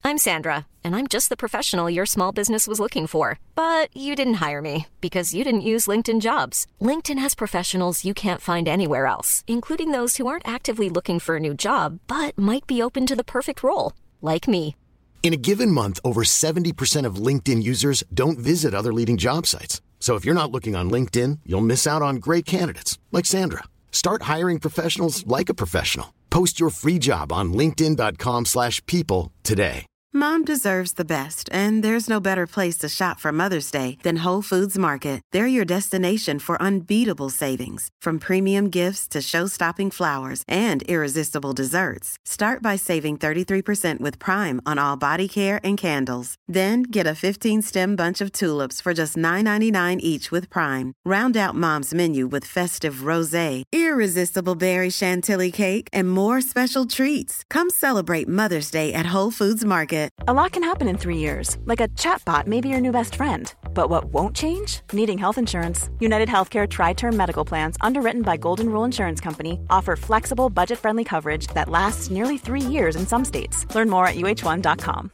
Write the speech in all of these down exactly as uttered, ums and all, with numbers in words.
I'm Sandra, and I'm just the professional your small business was looking for. But you didn't hire me because you didn't use LinkedIn Jobs. LinkedIn has professionals you can't find anywhere else, including those who aren't actively looking for a new job, but might be open to the perfect role, like me. In a given month, over seventy percent of LinkedIn users don't visit other leading job sites. So if you're not looking on LinkedIn, you'll miss out on great candidates like Sandra. Start hiring professionals like a professional. Post your free job on linkedin dot com slash people today. Mom deserves the best, and there's no better place to shop for Mother's Day than Whole Foods Market. They're your destination for unbeatable savings, from premium gifts to show-stopping flowers and irresistible desserts. Start by saving thirty-three percent with Prime on all body care and candles. Then get a fifteen-stem bunch of tulips for just nine ninety-nine each with Prime. Round out Mom's menu with festive rosé, irresistible berry chantilly cake, and more special treats. Come celebrate Mother's Day at Whole Foods Market. A lot can happen in three years, like a chatbot may be your new best friend. But what won't change? Needing health insurance. United Healthcare Tri-Term Medical Plans, underwritten by Golden Rule Insurance Company, offer flexible, budget-friendly coverage that lasts nearly three years in some states. Learn more at U H one dot com.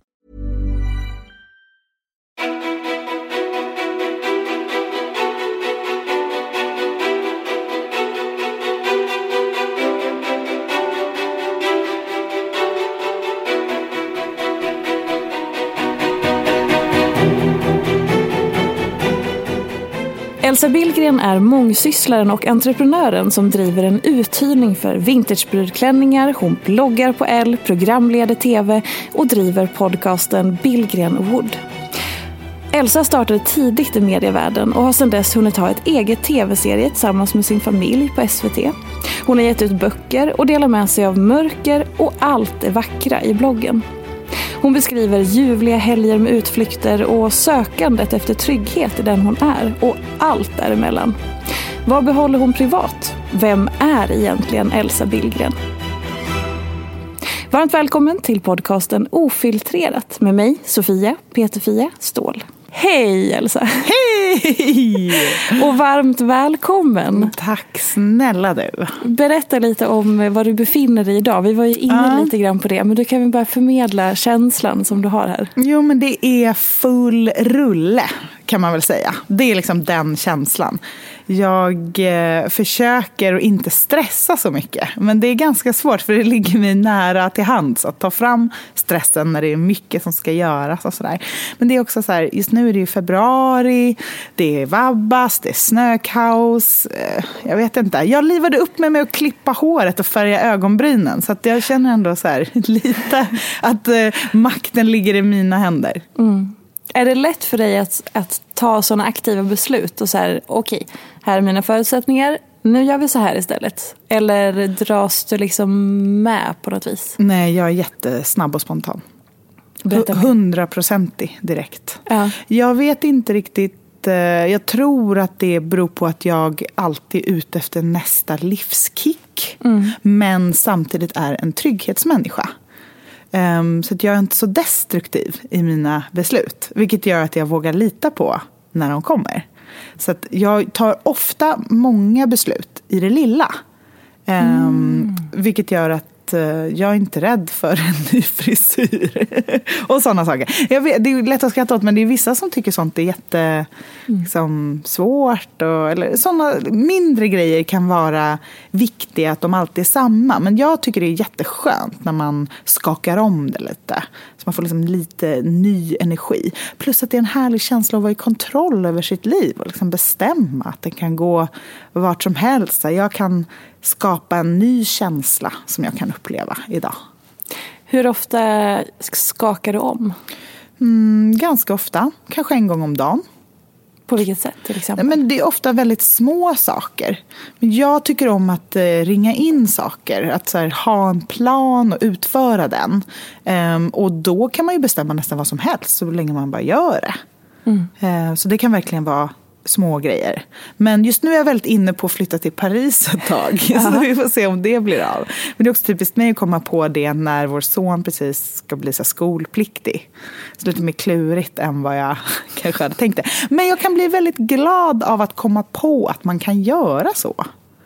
Elsa Billgren är mångsysslaren och entreprenören som driver en uthyrning för vintagebrudklänningar. Hon bloggar på L, programleder tv och driver podcasten Billgren Wood. Elsa startade tidigt i medievärlden och har sedan dess hunnit ha ett eget tv-serie tillsammans med sin familj på S V T. Hon har gett ut böcker och delar med sig av mörker och allt det vackra i bloggen. Hon beskriver ljuvliga helger med utflykter och sökandet efter trygghet i den hon är och allt däremellan. Vad behåller hon privat? Vem är egentligen Elsa Billgren? Varmt välkommen till podcasten Ofiltrerat med mig, Sofia Peterfia Ståhl. Hej Elsa! Hej! Och varmt välkommen! Tack snälla du! Berätta lite om vad du befinner dig idag. Vi var ju inne uh. lite grann på det, men du kan väl bara förmedla känslan som du har här. Jo, men det är full rulle kan man väl säga. Det är liksom den känslan. Jag eh, försöker att inte stressa så mycket. Men det är ganska svårt för det ligger mig nära till hands att ta fram stressen när det är mycket som ska göras och sådär. Men det är också så här, just nu är det ju februari, det är vabbas, det är snökaos. Eh, jag vet inte. Jag livade upp med mig att klippa håret och färga ögonbrynen. Så att jag känner ändå så här lite att eh, makten ligger i mina händer. Mm. Är det lätt för dig att, att ta sådana aktiva beslut och så här, okej, okay, här är mina förutsättningar, nu gör vi så här istället? Eller dras du liksom med på något vis? Nej, jag är jättesnabb och spontan. Hundraprocentig direkt. Ja. Jag vet inte riktigt, jag tror att det beror på att jag alltid är ute efter nästa livskick. Mm. Men samtidigt är en trygghetsmänniska. Um, så att jag är inte så destruktiv i mina beslut. Vilket gör att jag vågar lita på när de kommer. Så att jag tar ofta många beslut i det lilla. Um, mm. Vilket gör att uh, jag är inte rädd för en ny frisyr. Och sådana saker. Jag vet, det är lätt att skratta åt, men det är vissa som tycker sånt är jätte mm. liksom, svårt. Och, eller, sådana mindre grejer kan vara viktiga, att de alltid är samma. Men jag tycker det är jätteskönt när man skakar om det lite. Så man får liksom lite ny energi. Plus att det är en härlig känsla att vara i kontroll över sitt liv. Och liksom bestämma att det kan gå vart som helst. Jag kan skapa en ny känsla som jag kan uppleva idag. Hur ofta skakar du om? Mm, ganska ofta. Kanske en gång om dagen. På vilket sätt till exempel? Men det är ofta väldigt små saker. Men jag tycker om att eh, ringa in saker. Att så här, ha en plan och utföra den. Ehm, och då kan man ju bestämma nästan vad som helst. Så länge man bara gör det. Mm. Ehm, så det kan verkligen vara små grejer. Men just nu är jag väldigt inne på att flytta till Paris ett tag. Så vi får se om det blir av. Men det är också typiskt mig att komma på det när vår son precis ska bli så skolpliktig. Så lite mer klurigt än vad jag kanske hade tänkt det. Men jag kan bli väldigt glad av att komma på att man kan göra så.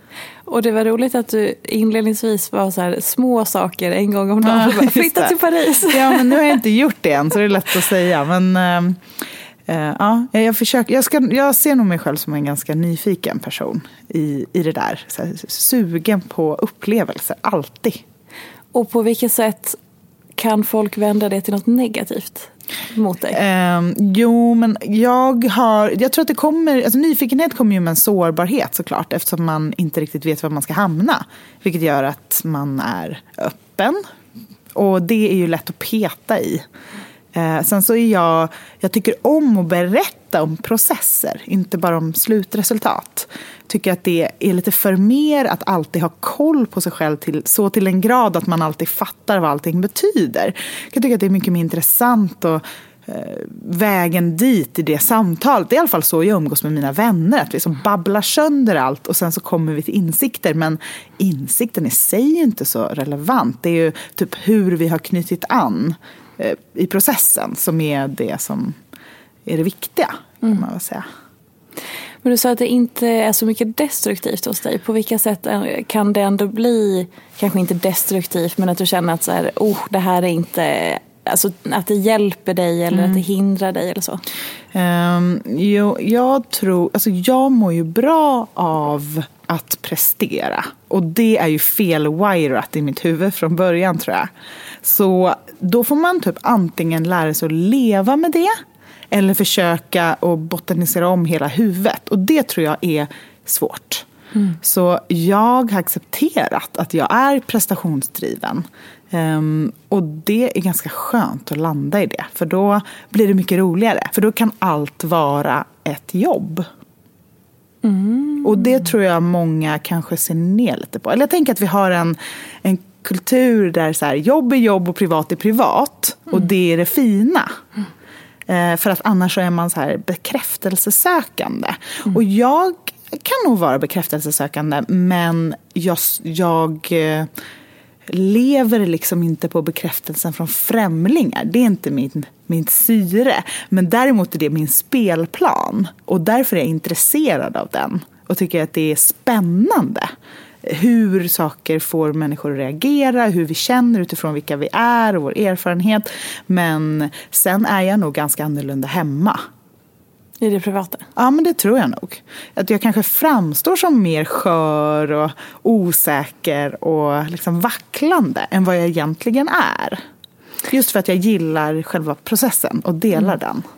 Och det var roligt att du inledningsvis var så här små saker en gång om dagen. Ja, flytta till Paris. Ja, men nu har jag inte gjort det än, så det är lätt att säga. Men äh, äh, ja, jag, försöker, jag, ska, jag ser nog mig själv som en ganska nyfiken person i, i det där. Så här, sugen på upplevelser, alltid. Och på vilket sätt kan folk vända det till något negativt mot dig? Um, jo, men jag har, jag tror att det kommer, alltså nyfikenhet kommer ju med en sårbarhet såklart, eftersom man inte riktigt vet var man ska hamna, vilket gör att man är öppen, och det är ju lätt att peta i. Uh, sen så är jag, jag tycker om att berätta om processer, inte bara om slutresultat. Tycker att det är lite för mer att alltid ha koll på sig själv till, så till en grad att man alltid fattar vad allting betyder. Jag tycker att det är mycket mer intressant och eh, vägen dit i det samtalet. Det är i alla fall så jag umgås med mina vänner, att vi som babblar sönder allt och sen så kommer vi till insikter. Men insikten i sig är inte så relevant. Det är ju typ hur vi har knutit an eh, i processen som är det som är det viktiga, kan man väl säga. Men du sa att det inte är så mycket destruktivt hos dig. På vilka sätt kan det ändå bli, kanske inte destruktivt, men att du känner att så här, oh, det här är inte, alltså att det hjälper dig eller mm. att det hindrar dig eller så? Um, jo, jag tror, alltså jag mår ju bra av att prestera. Och det är ju felwirat i mitt huvud från början, tror jag. Så då får man typ antingen lära sig att leva med det, eller försöka att botanisera om hela huvudet. Och det tror jag är svårt. Mm. Så jag har accepterat att jag är prestationsdriven. Um, och det är ganska skönt att landa i det. För då blir det mycket roligare. För då kan allt vara ett jobb. Mm. Och det tror jag många kanske ser ner lite på. Eller jag tänker att vi har en, en kultur där så här, jobb är jobb och privat är privat. Mm. Och det är det fina. Mm. För att annars så är man så här bekräftelsesökande. Mm. Och jag kan nog vara bekräftelsesökande, men jag, jag lever liksom inte på bekräftelsen från främlingar. Det är inte min, min syre. Men däremot är det min spelplan. Och därför är jag intresserad av den. Och tycker att det är spännande. Hur saker får människor att reagera, hur vi känner utifrån vilka vi är och vår erfarenhet. Men sen är jag nog ganska annorlunda hemma. I det privata? Ja, men det tror jag nog. Att jag kanske framstår som mer skör och osäker och liksom vacklande än vad jag egentligen är. Just för att jag gillar själva processen och delar mm. den.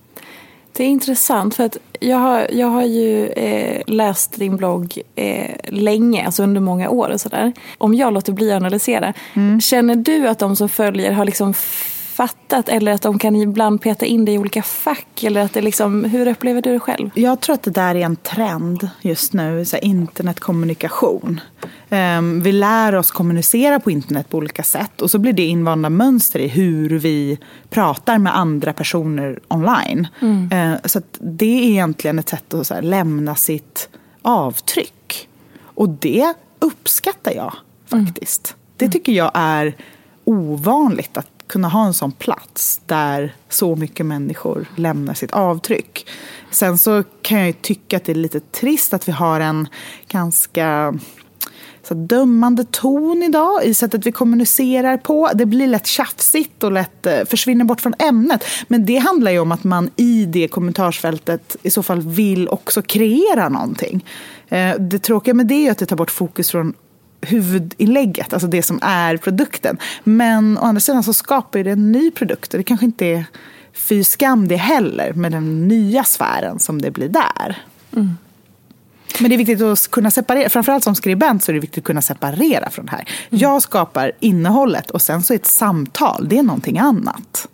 Det är intressant för att jag har, jag har ju eh, läst din blogg eh, länge, alltså under många år och sådär. Om jag låter bli att analysera, mm. känner du att de som följer har liksom fattat, eller att de kan ibland peta in det i olika fack, eller att det liksom, hur upplever du det själv? Jag tror att det där är en trend just nu, så här internetkommunikation. Um, vi lär oss kommunicera på internet på olika sätt, och så blir det invanda mönster i hur vi pratar med andra personer online. Mm. Uh, så att det är egentligen ett sätt att så här, lämna sitt avtryck. Och det uppskattar jag faktiskt. Mm. Det tycker jag är ovanligt, att kunna ha en sån plats där så mycket människor lämnar sitt avtryck. Sen så kan jag ju tycka att det är lite trist att vi har en ganska så dömande ton idag i sättet vi kommunicerar på. Det blir lätt tjafsigt och lätt försvinner bort från ämnet. Men det handlar ju om att man i det kommentarsfältet i så fall vill också kreera någonting. Det tråkiga med det är att det tar bort fokus från huvudinlägget, alltså det som är produkten. Men å andra sidan så skapar det en ny produkt, och det kanske inte är fy skam det heller, med den nya sfären som det blir där. Mm. Men det är viktigt att kunna separera, framförallt som skribent så är det viktigt att kunna separera från det här. Mm. Jag skapar innehållet, och sen så är ett samtal, det är någonting annat.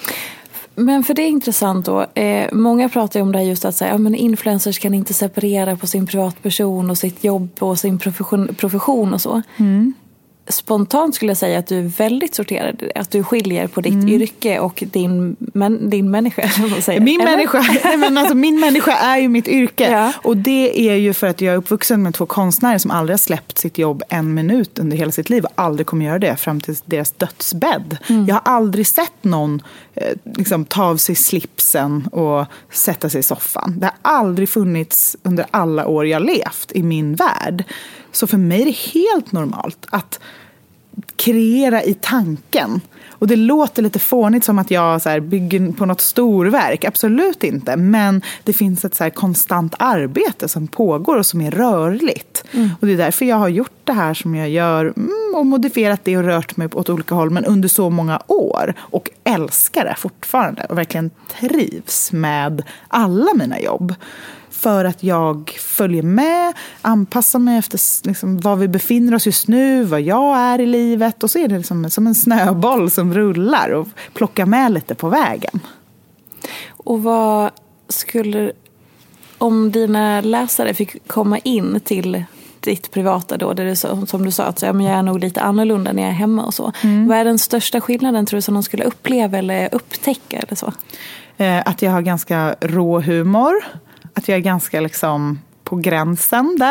Men för det är intressant då, eh, många pratar ju om det här just att säga, ja, men influencers kan inte separera på sin privatperson och sitt jobb och sin profession, profession och så. Mm. Spontant skulle jag säga att du är väldigt sorterad, att du skiljer på ditt mm. yrke och din, men, din människa. Säger. Min, människa men alltså, min människa är ju mitt yrke. Ja. Och det är ju för att jag är uppvuxen med två konstnärer som aldrig har släppt sitt jobb en minut under hela sitt liv och aldrig kommer göra det fram till deras dödsbädd. Mm. Jag har aldrig sett någon eh, liksom, ta av sig slipsen och sätta sig i soffan. Det har aldrig funnits under alla år jag levt i min värld. Så för mig är det helt normalt att kreera i tanken. Och det låter lite fånigt som att jag så här bygger på något storverk. Absolut inte. Men det finns ett så här konstant arbete som pågår och som är rörligt. Mm. Och det är därför jag har gjort det här som jag gör och modifierat det och rört mig åt olika håll. Men under så många år. Och älskar det fortfarande. Och verkligen trivs med alla mina jobb. För att jag följer med, anpassar mig efter liksom var vi befinner oss just nu, vad jag är i livet. Och så är det liksom som en snöboll som rullar och plockar med lite på vägen. Och vad skulle, om dina läsare fick komma in till ditt privata då, där du, som du sa, att jag är nog lite annorlunda när jag är hemma och så. Mm. Vad är den största skillnaden tror du som de skulle uppleva eller upptäcka eller så? Eh, att jag har ganska rå humor. Att jag är ganska liksom på gränsen där.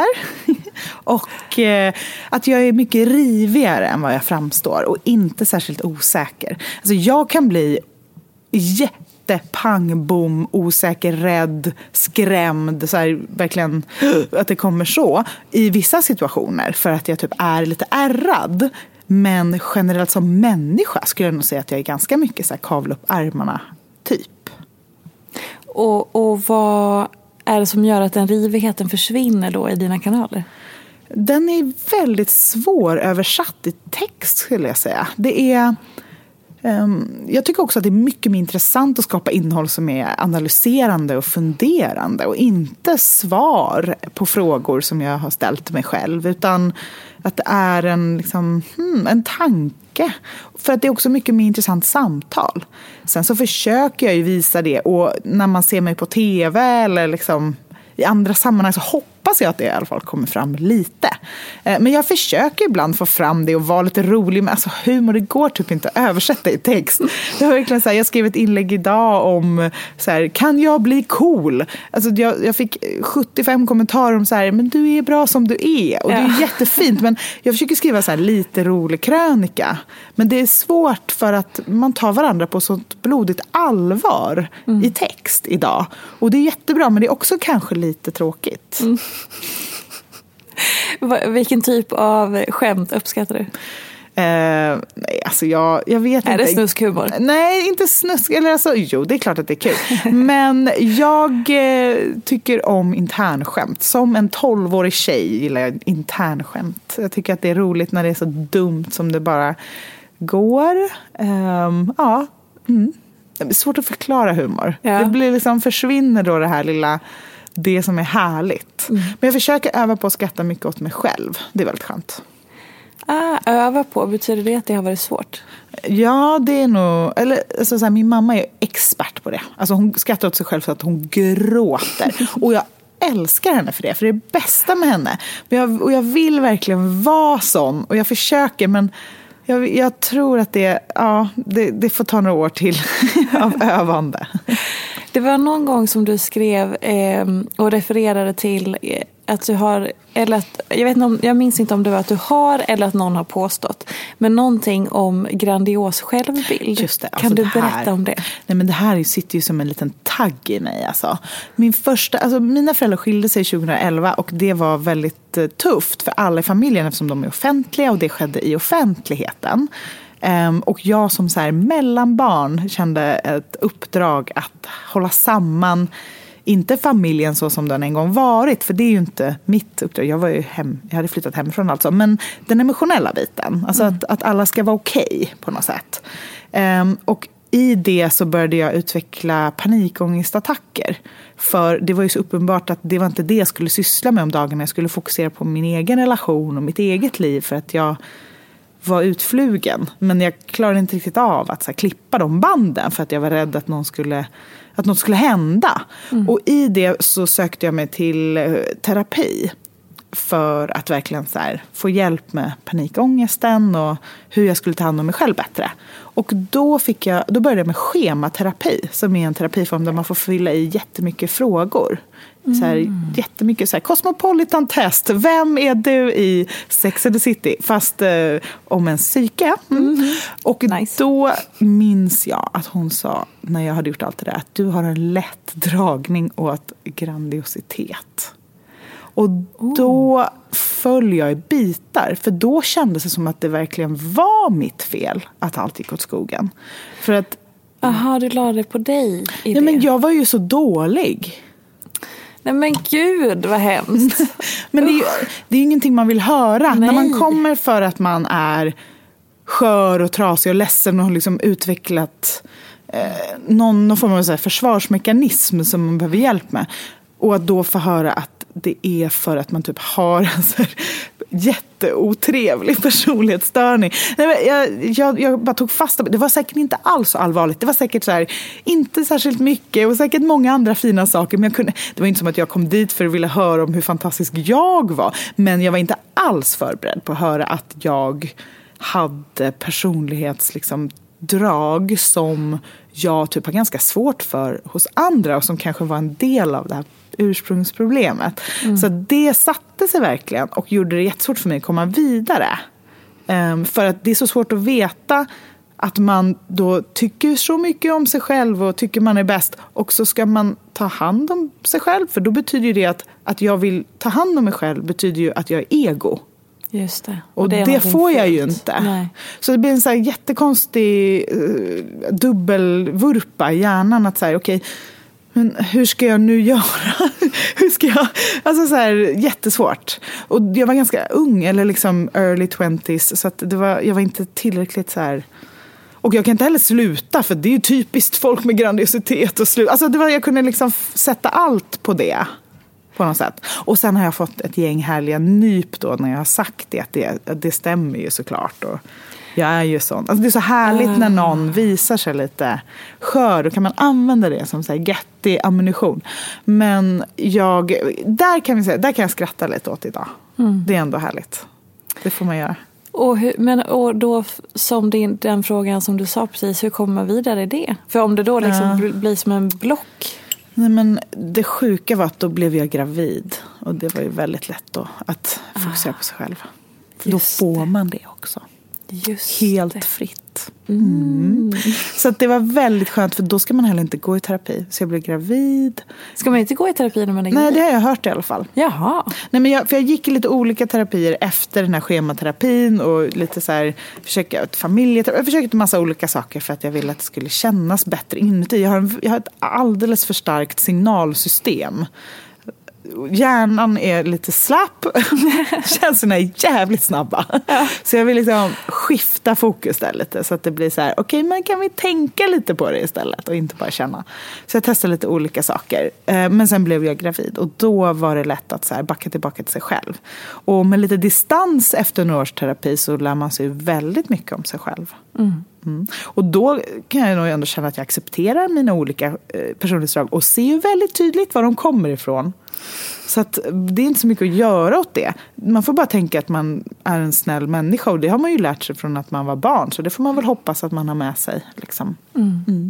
Och eh, att jag är mycket rivigare än vad jag framstår. Och inte särskilt osäker. Alltså jag kan bli jättepang, bom, osäker, rädd, skrämd. Så här, verkligen att det kommer så. I vissa situationer. För att jag typ är lite ärrad. Men generellt som människa skulle jag nog säga att jag är ganska mycket så här kavla upp armarna typ. Och, och vad är det som gör att den rivigheten försvinner då i dina kanaler? Den är väldigt svåröversatt i text skulle jag säga. Det är, um, jag tycker också att det är mycket mer intressant att skapa innehåll som är analyserande och funderande. Och inte svar på frågor som jag har ställt mig själv. Utan att det är en, liksom, hmm, en tanke. För att det är också mycket mer intressant samtal. Sen så försöker jag ju visa det. Och när man ser mig på tv eller liksom i andra sammanhang så hoppas jag att det i alla fall kommer fram lite. Men jag försöker ibland få fram det och vara lite rolig. Men alltså humor, det går typ inte att översätta i text. Jag, verkligen så här, jag skrev ett inlägg idag om så här, kan jag bli cool? Alltså jag, jag fick sjuttiofem kommentarer om så här, men du är bra som du är. Och det är jättefint. Men jag försöker skriva så här lite rolig krönika. Men det är svårt för att man tar varandra på sånt blodigt allvar mm. i text idag. Och det är jättebra, men det är också kanske lite tråkigt. Mm. Vilken typ av skämt uppskattar du? Eh, nej, alltså jag, jag vet är inte. Är det snuskhumor? Nej, inte snusk. Eller alltså, jo, det är klart att det är kul. Men jag eh, tycker om internskämt. Som en tolvårig tjej gillar jag internskämt. Jag tycker att det är roligt när det är så dumt som det bara går. Eh, ja, mm. Det är svårt att förklara humor. Ja. Det blir liksom, försvinner då det här lilla, det som är härligt. Mm. Men jag försöker öva på att skratta mycket åt mig själv. Det är väldigt skönt. Ah, öva på, betyder det att det har varit svårt? Ja, det är nog, eller alltså, så här, min mamma är expert på det. Alltså hon skrattar åt sig själv så att hon gråter. Och jag älskar henne för det, för det är det bästa med henne. Men jag, och jag vill verkligen vara sån. Och jag försöker, men jag, jag tror att det, ja, det, det får ta några år till av övande. Det var någon gång som du skrev eh, och refererade till eh, att du har, eller att, jag vet inte om, jag minns inte om det var att du har eller att någon har påstått, men någonting om grandios självbild. Just det, alltså kan du berätta här, om det? Nej, men det här sitter ju som en liten tagg i mig. Alltså. Min första, alltså mina föräldrar skilde sig tjugoelva och det var väldigt uh, tufft för alla i familjen eftersom de är offentliga och det skedde i offentligheten. Um, och jag som så här mellanbarn kände ett uppdrag att hålla samman, inte familjen så som den en gång varit, för det är ju inte mitt uppdrag. Jag var ju hem, jag hade flyttat hemifrån alltså, men den emotionella biten, alltså mm. att, att alla ska vara okej okay på något sätt. Um, och i det så började jag utveckla panikångestattacker. För det var ju så uppenbart att det var inte det jag skulle syssla med om dagen. Jag skulle fokusera på min egen relation och mitt eget liv för att jag var utflugen. Men jag klarade inte riktigt av att så här, klippa de banden för att jag var rädd att någon skulle, att något skulle hända. Mm. Och i det så sökte jag mig till uh, terapi för att verkligen så här, få hjälp med panikångesten och hur jag skulle ta hand om mig själv bättre. Och då, fick jag, då började jag med schematerapi som är en terapiform där man får fylla i jättemycket frågor. Så här, jättemycket så här, Cosmopolitan test. Vem är du i Sex and the City? Fast eh, om en psyke. Mm. Mm. Och nice. Då minns jag att hon sa, när jag hade gjort allt det där, att du har en lätt dragning åt grandiositet. Och då föll jag i bitar. För då kändes det som att det verkligen var mitt fel att allt gick åt skogen. För att... Jaha, du la det på dig i ja, det. Men jag var ju så dålig. Nej men gud, vad hemskt. Men det är, ju, det är ju ingenting man vill höra. Nej. När man kommer för att man är skör och trasig och ledsen och har liksom utvecklat eh, någon, någon form av så här försvarsmekanism som man behöver hjälp med. Och att då få höra att det är för att man typ har en så här jätteotrevlig personlighetsstörning. Nej, jag, jag, jag bara tog fast på det. Det var säkert inte alls så allvarligt. Det var säkert så här, inte särskilt mycket och säkert många andra fina saker. Men jag kunde, det var inte som att jag kom dit för att vilja höra om hur fantastisk jag var. Men jag var inte alls förberedd på att höra att jag hade personlighets liksom, drag som jag typ har ganska svårt för hos andra och som kanske var en del av det här ursprungsproblemet. Mm. Så det satte sig verkligen och gjorde det jättesvårt för mig att komma vidare. Um, för att det är så svårt att veta att man då tycker så mycket om sig själv och tycker man är bäst och så ska man ta hand om sig själv. För då betyder det att, att jag vill ta hand om mig själv betyder ju att jag är ego. Just det. Och, och det, det får jag ju inte. Nej. Så det blir en så här jättekonstig uh, dubbelvurpa i hjärnan att säga okej, okay, men hur ska jag nu göra? hur ska jag? Alltså så här jättesvårt. Och jag var ganska ung eller liksom early twenties så att det var jag var inte tillräckligt så här. Och jag kan inte heller sluta för det är ju typiskt folk med grandiositet och slut. Alltså det var jag kunde liksom sätta allt på det. På något sätt. Och sen har jag fått ett gäng härliga nyp då när jag har sagt det. Att det, det stämmer ju såklart. Och jag är ju sån. Alltså det är så härligt uh. när någon visar sig lite skör. Då kan man använda det som så här göttig ammunition. Men jag, där kan vi säga, där kan jag skratta lite åt idag. Mm. Det är ändå härligt. Det får man göra. Och, hur, men, och då som din, den frågan som du sa precis, hur kommer man vidare i det? För om det då liksom uh. blir som en block... Nej, men det sjuka var att då blev jag gravid. Och det var ju väldigt lätt då att fokusera på sig själv. För då får man det också. Just Helt det. fritt. Mm. Så att det var väldigt skönt för då ska man heller inte gå i terapi. Så jag blev gravid. Ska man inte gå i terapi när man är gravid? Nej, det har jag hört i alla fall. Jaha. Nej, men jag, för jag gick i lite olika terapier efter den här schematerapin och lite så här försöka ett familjeterapi. Jag försökte en massa olika saker för att jag ville att det skulle kännas bättre inuti. Jag har, en, jag har ett alldeles för starkt signalsystem. Hjärnan är lite slapp. Känslorna är jävligt snabba. Ja. Så jag vill liksom skifta fokus där lite. Så att det blir så här, okej, okay, men kan vi tänka lite på det istället och inte bara känna. Så jag testade lite olika saker. Men sen blev jag gravid. Och då var det lätt att så här backa tillbaka till sig själv. Och med lite distans efter en års terapi så lär man sig väldigt mycket om sig själv. Mm. Mm. Och då kan jag nog ändå känna att jag accepterar mina olika personlighetsdrag och ser ju väldigt tydligt var de kommer ifrån. Så att det är inte så mycket att göra åt det. Man får bara tänka att man är en snäll människa och det har man ju lärt sig från att man var barn. Så det får man väl hoppas att man har med sig. Liksom. Mm. Mm.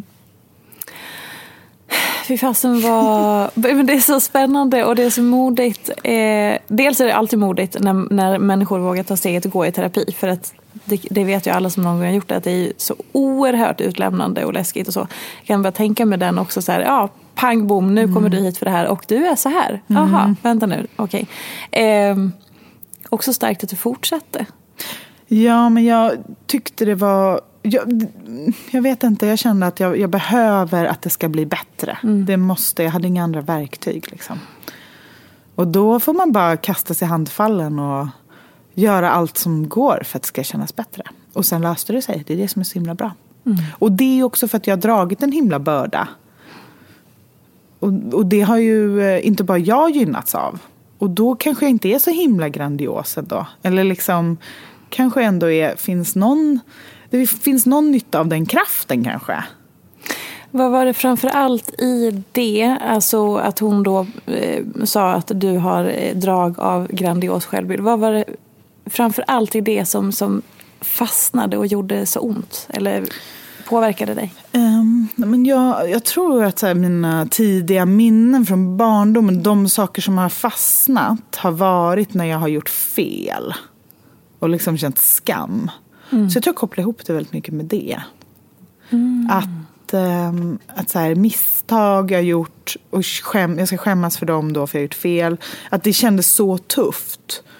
Fy fasen var... Men det är så spännande och det är så modigt. Eh, dels är det alltid modigt när, när människor vågar ta steget och gå i terapi. För att det, det vet ju alla som någon gång har gjort det. Att det är så oerhört utlämnande och läskigt och så. Jag kan bara tänka med den också så här... Ja, pang, bom, nu kommer mm. du hit för det här och du är så här. Jaha, mm. vänta nu, okej. Okay. Eh, också starkt att du fortsatte. Ja, men jag tyckte det var... Jag, jag vet inte, jag kände att jag, jag behöver att det ska bli bättre. Mm. Det måste, jag hade inga andra verktyg liksom. Och då får man bara kasta sig i handfallen och göra allt som går för att det ska kännas bättre. Och sen löste det sig, det är det som är så himla bra. Mm. Och det är också för att jag har dragit en himla börda. Och, och det har ju inte bara jag gynnats av. Och då kanske jag inte är så himla grandios ändå. Eller liksom, kanske ändå är, finns någon... Det finns någon nytta av den kraften kanske. Vad var det framför allt i det? Alltså att hon då eh, sa att du har eh, drag av grandios självbild. Vad var det framför allt i det som, som fastnade och gjorde så ont? Eller påverkade dig? Um, men jag, jag tror att så här, mina tidiga minnen från barndomen, de saker som har fastnat har varit när jag har gjort fel. Och liksom känt skam. Mm. Så jag tror jag kopplar ihop det väldigt mycket med det. Mm. Att, ähm, att så här, misstag jag har gjort och skäm, jag ska skämmas för dem då för jag har gjort fel. Att det kändes så tufft.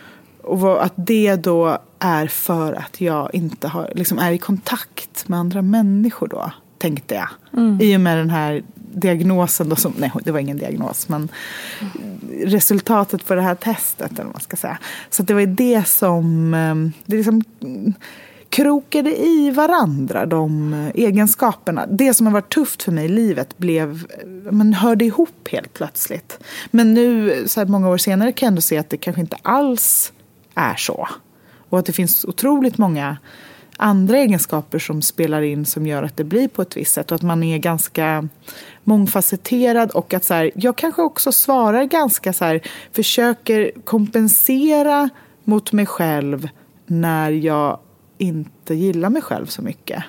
och att det då är för att jag inte har, liksom är i kontakt med andra människor då, tänkte jag. Mm. I och med den här diagnosen då som, nej det var ingen diagnos, men resultatet på det här testet eller vad man ska säga. Så att det var det som, det liksom krokade i varandra, de egenskaperna. Det som har varit tufft för mig i livet blev, man hörde ihop helt plötsligt. Men nu, så här många år senare, kan jag ändå se att det kanske inte alls är så. Och att det finns otroligt många andra egenskaper som spelar in som gör att det blir på ett visst sätt. Och att man är ganska mångfacetterad och att så här, jag kanske också svarar ganska så här, försöker kompensera mot mig själv när jag inte gillar mig själv så mycket.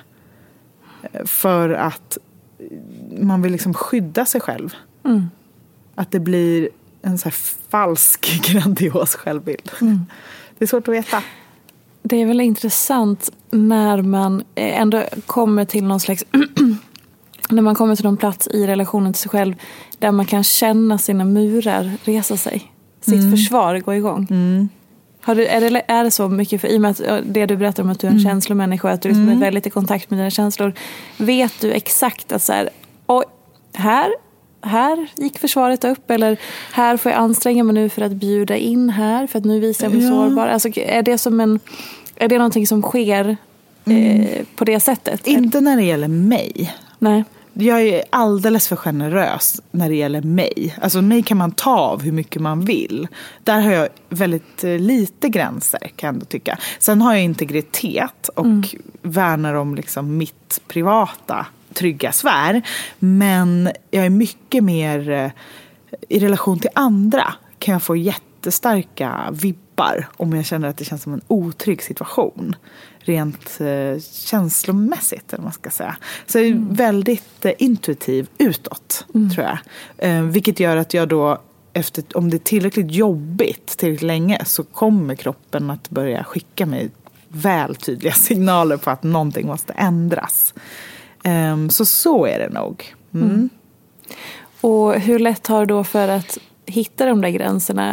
För att man vill liksom skydda sig själv. Mm. Att det blir en så här falsk, grandios självbild. Mm. Det är svårt att veta. Det är väl intressant när man ändå kommer till någon slags när man kommer till någon plats i relationen till sig själv där man kan känna sina murar resa sig. Sitt mm. försvar gå igång. Mm. Har du, är, det, är det så mycket, för i och med att det du berättar om att du är en mm. känslomänniska, att du liksom mm. är väldigt i kontakt med dina känslor, vet du exakt att så här, oj, här, här gick försvaret upp, eller här får jag anstränga mig nu för att bjuda in här, för att nu visar jag mig ja. sårbar. Alltså, är det som en, är det någonting som sker mm. eh, på det sättet? Inte när det gäller mig. Nej. Jag är alldeles för generös när det gäller mig. Alltså mig kan man ta av hur mycket man vill. Där har jag väldigt lite gränser, kan jag ändå tycka. Sen har jag integritet och mm. värnar om liksom mitt privata trygga sfär. Men jag är mycket mer i relation till andra. Kan jag få jättestarka vibbar om jag känner att det känns som en otrygg situation. Rent eh, känslomässigt, eller man ska säga. Så jag är mm. väldigt eh, intuitiv utåt, mm. tror jag. Eh, vilket gör att jag då, efter, om det är tillräckligt jobbigt tillräckligt länge, så kommer kroppen att börja skicka mig väl tydliga signaler på att någonting måste ändras. Eh, så så är det nog. Mm. Mm. Och hur lätt har du då för att hitta de där gränserna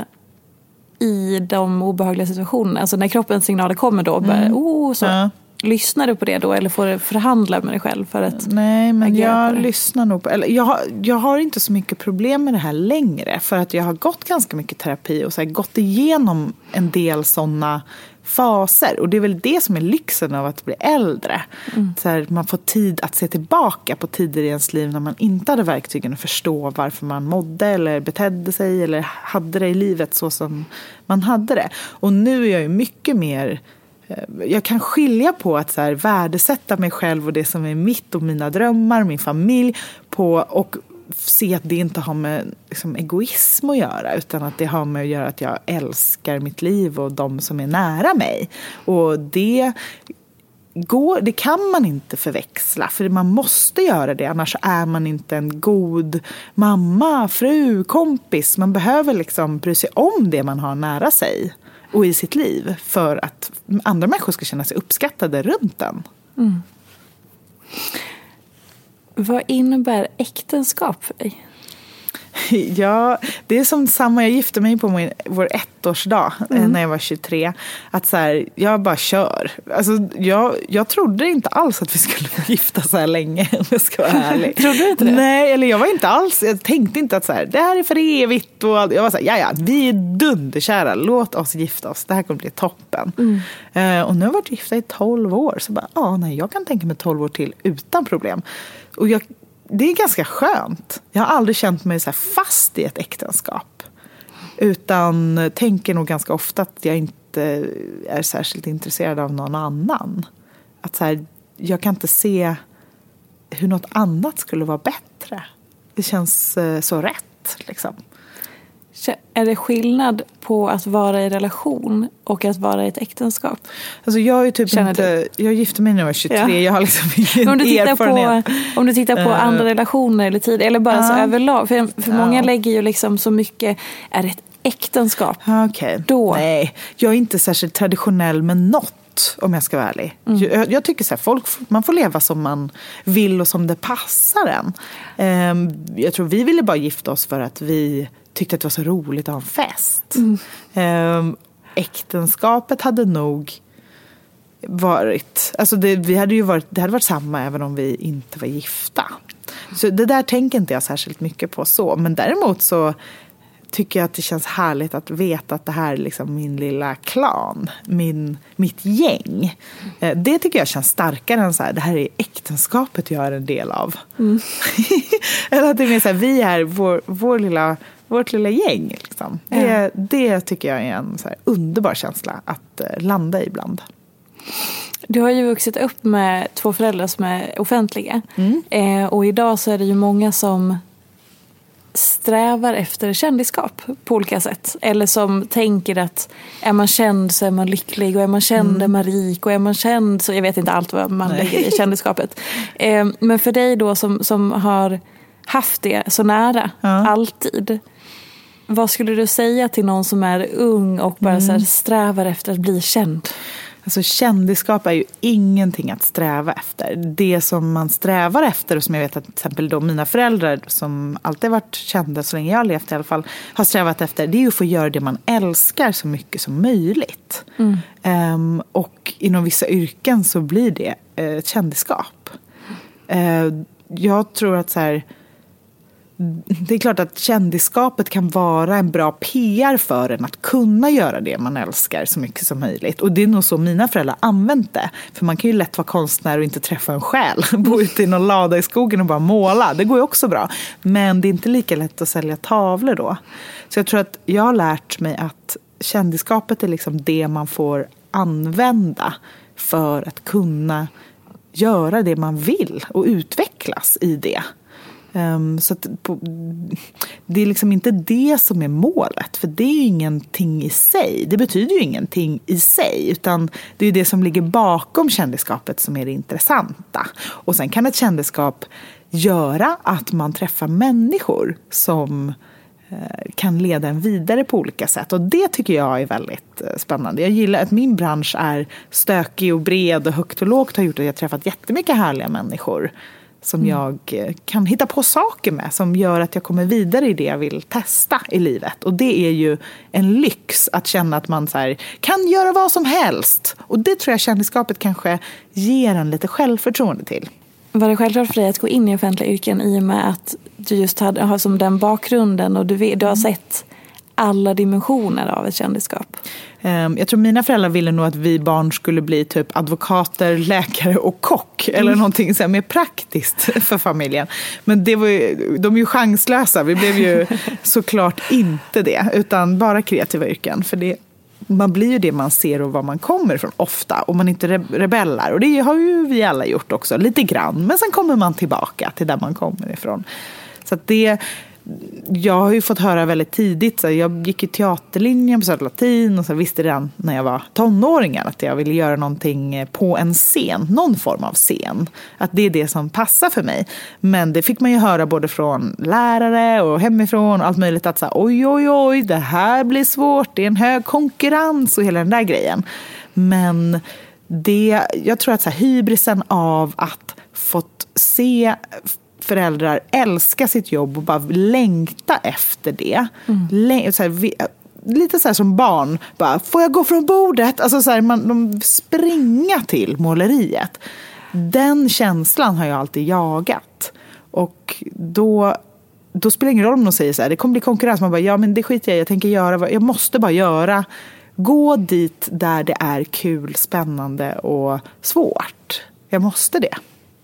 i de obehagliga situationerna? Alltså när kroppens signaler kommer då, bara, mm. oh, så ja. Lyssnar du på det då, eller får du förhandla med dig själv för att Nej, men jag lyssnar nog på, eller jag har, jag har inte så mycket problem med det här längre, för att jag har gått ganska mycket terapi och så här, gått igenom en del sådana faser, och det är väl det som är lyxen av att bli äldre. Mm. Så här, man får tid att se tillbaka på tider i ens liv när man inte hade verktygen att förstå varför man mådde eller betedde sig eller hade det i livet så som man hade det. Och nu är jag ju mycket mer, jag kan skilja på att så här, värdesätta mig själv och det som är mitt och mina drömmar, min familj på, och se att det inte har med liksom, egoism att göra, utan att det har med att göra att jag älskar mitt liv och de som är nära mig. Och det går, det kan man inte förväxla, för man måste göra det, annars är man inte en god mamma, fru, kompis. Man behöver liksom bry sig om det man har nära sig och i sitt liv för att andra människor ska känna sig uppskattade runt den. Mm. Vad innebär äktenskap för dig? Ja, det är som samma. Jag gifte mig på min, vår ettårsdag mm. när jag var tjugotre. Att så här, jag bara kör. Alltså, jag, jag trodde inte alls att vi skulle gifta så här länge, om jag ska vara ärlig. Trodde du inte det? Nej, eller jag var inte alls, jag tänkte inte att så här, det här är för evigt. Och jag var så här, ja ja, vi är dunderkära, låt oss gifta oss. Det här kommer bli toppen. Mm. Uh, och nu har jag varit gifta i tolv år. Så bara, ja, nej, jag kan tänka mig tolv år till utan problem. Och jag det är ganska skönt. Jag har aldrig känt mig så här fast i ett äktenskap. Utan tänker nog ganska ofta att jag inte är särskilt intresserad av någon annan. Att så här, jag kan inte se hur något annat skulle vara bättre. Det känns så rätt, liksom. Är det skillnad på att vara i relation och att vara i ett äktenskap? Alltså jag är typ Känner inte, du? Jag gifte mig när jag var tjugotre, ja. Jag har liksom ingen om du tittar erfarenhet. På, om du tittar på uh, andra relationer eller tid, eller bara uh, så överlag. För, för uh. många lägger ju liksom så mycket, är det ett äktenskap? Okej, okay. Då. Nej, jag är inte särskilt traditionell med något, om jag ska vara ärlig. Mm. Jag, jag tycker så här, folk, man får leva som man vill och som det passar en. Um, jag tror vi ville bara gifta oss för att vi tyckte att det var så roligt att ha en fest. Mm. Um, äktenskapet hade nog varit, alltså det, vi hade ju varit, det hade varit samma även om vi inte var gifta. Så det där tänker inte jag särskilt mycket på så. Men däremot så tycker jag att det känns härligt att veta att det här är liksom min lilla klan, min, mitt gäng. Det tycker jag känns starkare än så här, det här är äktenskapet jag är en del av. Mm. Eller att det är mer så här, vi är vår, vår lilla, vårt lilla gäng. Liksom. Det, ja. det tycker jag är en så här underbar känsla att landa i ibland. Du har ju vuxit upp med två föräldrar som är offentliga. Mm. Eh, och idag så är det ju många som strävar efter kändisskap på olika sätt. Eller som tänker att är man känd så är man lycklig. Och är man känd mm. är man rik. Och är man känd så, jag vet inte allt vad man Nej. lägger i kändisskapet. Eh, men för dig då som, som har haft det så nära, ja. alltid. Vad skulle du säga till någon som är ung och bara mm. så här strävar efter att bli känd? Alltså kändisskap är ju ingenting att sträva efter. Det som man strävar efter, och som jag vet att till exempel då mina föräldrar som alltid varit kända så länge jag har levt i alla fall har strävat efter, det är ju att få göra det man älskar så mycket som möjligt. Mm. Um, och inom vissa yrken så blir det uh, kändisskap. Uh, jag tror att så här, det är klart att kändisskapet kan vara en bra P R för en att kunna göra det man älskar så mycket som möjligt. Och det är nog så mina föräldrar använt det. För man kan ju lätt vara konstnär och inte träffa en själ. Bo ute i någon lada i skogen och bara måla. Det går ju också bra. Men det är inte lika lätt att sälja tavlor då. Så jag tror att jag har lärt mig att kändisskapet är liksom det man får använda för att kunna göra det man vill och utvecklas i det. Um, så att på, det är liksom inte det som är målet, för det är ju ingenting i sig. Det betyder ju ingenting i sig, utan det är det som ligger bakom kändisskapet som är det intressanta. Och sen kan ett kändisskap göra att man träffar människor som eh, kan leda en vidare på olika sätt. Och det tycker jag är väldigt eh, spännande. Jag gillar att min bransch är stökig och bred och högt och lågt har gjort att jag har träffat jättemycket härliga människor som mm. jag kan hitta på saker med, som gör att jag kommer vidare i det jag vill testa i livet. Och det är ju en lyx att känna att man så här, kan göra vad som helst. Och det tror jag kändisskapet kanske ger en lite självförtroende till. Var det självklart för dig att gå in i offentliga yrken i och med att du just hade, har som den bakgrunden och du, du har sett alla dimensioner av ett kändisskap? Jag tror mina föräldrar ville nog att vi barn skulle bli typ advokater, läkare och kock. Eller mm. någonting så här mer praktiskt för familjen. Men det var ju, de är ju chanslösa. Vi blev ju såklart inte det. Utan bara kreativa yrken. För det, man blir ju det man ser och var man kommer ifrån ofta. Och man inte rebellar. Och det har ju vi alla gjort också. Lite grann. Men sen kommer man tillbaka till där man kommer ifrån. Så att det... Jag har ju fått höra väldigt tidigt, så jag gick i teaterlinjen på Södra Latin och så visste redan när jag var tonåring att jag ville göra någonting på en scen, någon form av scen. Att det är det som passar för mig. Men det fick man ju höra både från lärare och hemifrån och allt möjligt att så här, oj oj oj, det här blir svårt, det är en hög konkurrens och hela den där grejen. Men det, jag tror att så här, hybrisen av att fått se föräldrar älskar sitt jobb och bara längta efter det. Mm. Läng- så här, vi, lite så här som barn. Bara, får jag gå från bordet? Alltså så här, man, de springa till måleriet. Den känslan har jag alltid jagat. Och då, då spelar det ingen roll om de säger så här, det kommer bli konkurrens. Man bara, ja men det skiter jag i. Jag tänker göra, jag måste bara göra. Gå dit där det är kul, spännande och svårt. Jag måste det.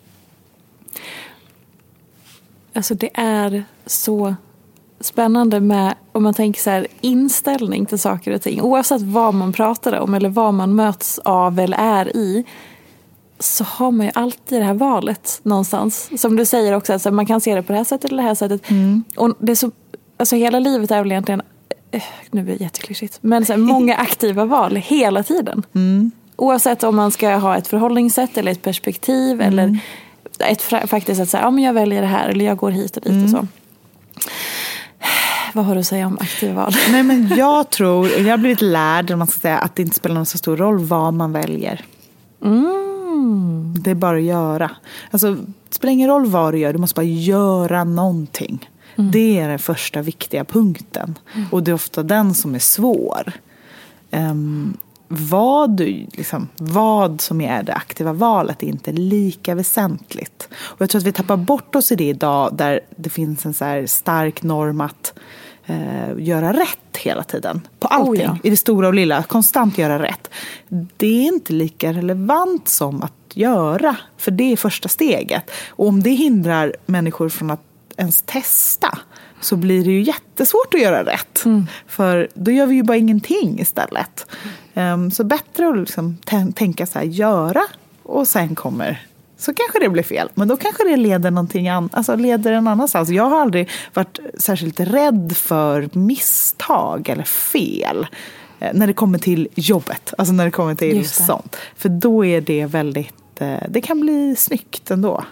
Alltså det är så spännande med, om man tänker så här, inställning till saker och ting. Oavsett vad man pratar om eller vad man möts av eller är i, så har man ju alltid det här valet någonstans. Som du säger också, alltså man kan se det på det här sättet eller det här sättet. Mm. Och det är så, alltså hela livet är väl egentligen, nu är det jätteklyschigt, men så här, många aktiva val hela tiden. Mm. Oavsett om man ska ha ett förhållningssätt eller ett perspektiv mm. eller ett faktiskt att säga, ja men jag väljer det här eller jag går hit och dit mm. och så. Vad har du att säga om aktiva val? Nej men jag tror, jag har blivit lärd om man ska säga, att det inte spelar någon så stor roll vad man väljer. Mm. Det är bara att göra. Alltså det spelar ingen roll vad du gör, du måste bara göra någonting. Mm. Det är den första viktiga punkten. Mm. Och det är ofta den som är svår. Um, vad, du, liksom, vad som är det aktiva valet är inte lika väsentligt. Och jag tror att vi tappar bort oss i det idag, där det finns en så här stark norm att eh, göra rätt hela tiden. På allting, oh ja. I det stora och lilla, konstant göra rätt. Det är inte lika relevant som att göra, för det är första steget. Och om det hindrar människor från att ens testa, så blir det ju jättesvårt att göra rätt. Mm. För då gör vi ju bara ingenting istället. Um, så bättre att liksom t- tänka så här, göra, och sen kommer, så kanske det blir fel. Men då kanske det leder någonting an- alltså leder en annanstans. Jag har aldrig varit särskilt rädd för misstag eller fel eh, när det kommer till jobbet. Alltså när det kommer till det. Sånt. För då är det väldigt, eh, det kan bli snyggt ändå.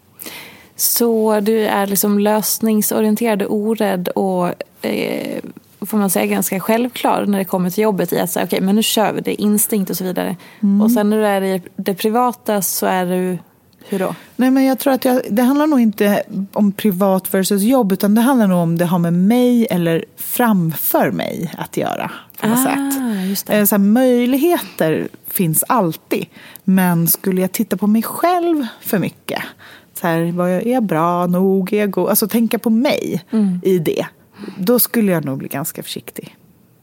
Så du är liksom lösningsorienterad, orädd och eh, får man säga ganska självklar när det kommer till jobbet i att säga okej, okay, men nu kör vi, det är instinkt och så vidare. Mm. Och sen när du är i det privata så är du, hur då? Nej, men jag tror att jag, det handlar nog inte om privat versus jobb, utan det handlar nog om det har med mig eller framför mig att göra på något ah, sätt. Just det. Så här, möjligheter finns alltid, men skulle jag titta på mig själv för mycket, så här, vad är jag bra nog, är jag god, alltså tänka på mig mm. i det, då skulle jag nog bli ganska försiktig.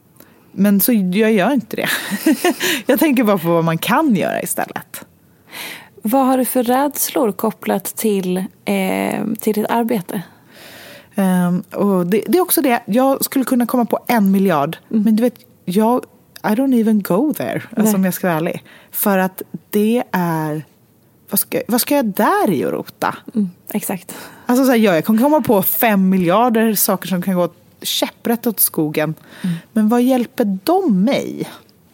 Men så jag gör inte det. Jag tänker bara på vad man kan göra istället. Vad har du för rädslor kopplat till, eh, till ditt arbete? Um, och det, det är också det. Jag skulle kunna komma på en miljard. Mm. Men du vet, jag, I don't even go there. Alltså, om jag ska vara ärlig. För att det är... Vad ska, vad ska jag där i och rota? Mm, exakt. Alltså så här, ja, jag kan komma på fem miljarder saker som kan gå käpprätt åt skogen. Mm. Men vad hjälper de mig?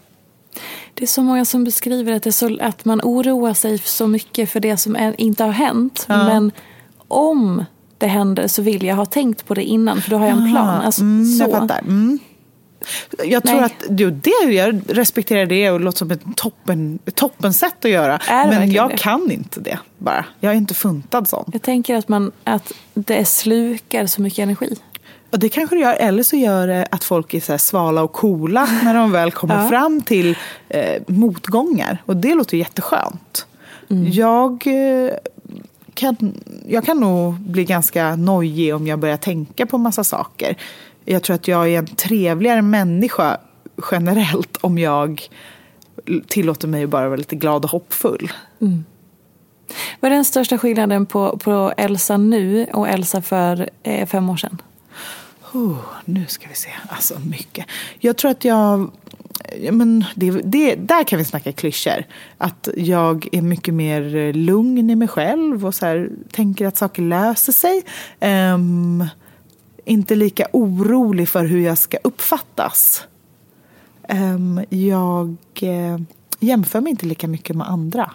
Det är så många som beskriver att, det är så, att man oroar sig så mycket för det som är, inte har hänt. Ja. Men om det händer så vill jag ha tänkt på det innan, för då har jag en plan. Alltså, mm, så. Jag fattar. Mm. Jag tror Nej. att jo, det, jag respekterar det och låter som ett toppen, toppen sätt att göra. Men jag det? kan inte det bara. Jag är inte funtad sån. Jag tänker att, man, att det slukar så mycket energi. Och det kanske det gör, eller så gör det att folk är så här svala och coola när de väl kommer ja. fram till eh, motgångar. Och det låter jätteskönt. Mm. Jag, eh, kan, jag kan nog bli ganska nojig om jag börjar tänka på massa saker. Jag tror att jag är en trevligare människa generellt om jag tillåter mig att bara vara lite glad och hoppfull. Mm. Vad är den största skillnaden på, på Elsa nu och Elsa för eh, fem år sedan? Oh, nu ska vi se. Alltså mycket. Jag tror att jag... Men det, det, där kan vi snacka klyschor. Att jag är mycket mer lugn i mig själv och så här, tänker att saker löser sig. Um, inte lika orolig för hur jag ska uppfattas. Um, jag uh, jämför mig inte lika mycket med andra.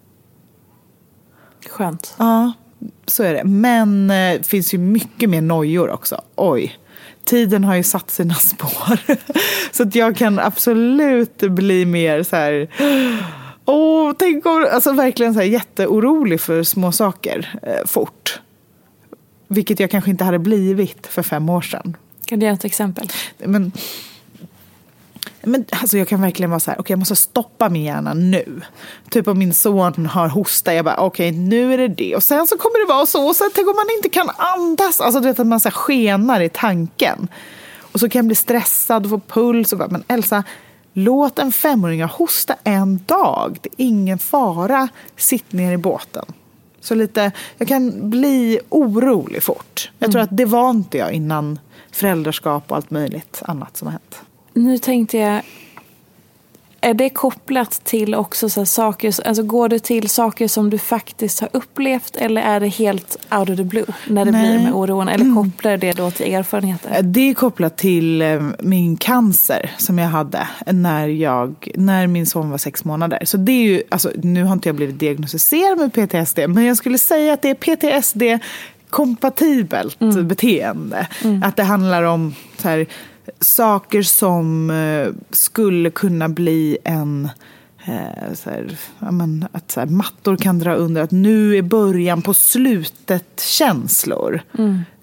Skönt. Ja, så är det. Men det uh, finns ju mycket mer nojor också. Oj. Tiden har ju satt sina spår. Så att jag kan absolut bli mer så här... Åh, tänk om... Alltså verkligen så här jätteorolig för små saker eh, fort. Vilket jag kanske inte hade blivit för fem år sedan. Kan du ge ett exempel? Men... Men alltså jag kan verkligen vara så här, okej, okay, jag måste stoppa min hjärna nu. Typ om min son har hosta, jag bara, okej, okay, nu är det det. Och sen så kommer det vara så, och sen tänk om man inte kan andas. Alltså du vet att man så här skenar i tanken. Och så kan jag bli stressad och få puls. Och bara, men Elsa, låt en femåring hosta en dag. Det är ingen fara, sitt ner i båten. Så lite, jag kan bli orolig fort. Jag tror mm. att det var inte jag innan föräldraskap och allt möjligt annat som har hänt. Nu tänkte jag, är det kopplat till också så här saker, alltså går det till saker som du faktiskt har upplevt, eller är det helt out of the blue när det Nej. blir med oron, eller mm. kopplar det då till erfarenheter? Det är kopplat till min cancer som jag hade när, jag, när min son var sex månader. Så det är ju, alltså, nu har inte jag blivit diagnostiserad med P T S D, men jag skulle säga att det är P T S D-kompatibelt mm. beteende. Mm. Att det handlar om så här, saker som eh, skulle kunna bli en eh, så här, ja, men, att så här, mattor kan dra under, att nu är början på slutet känslor. Mm.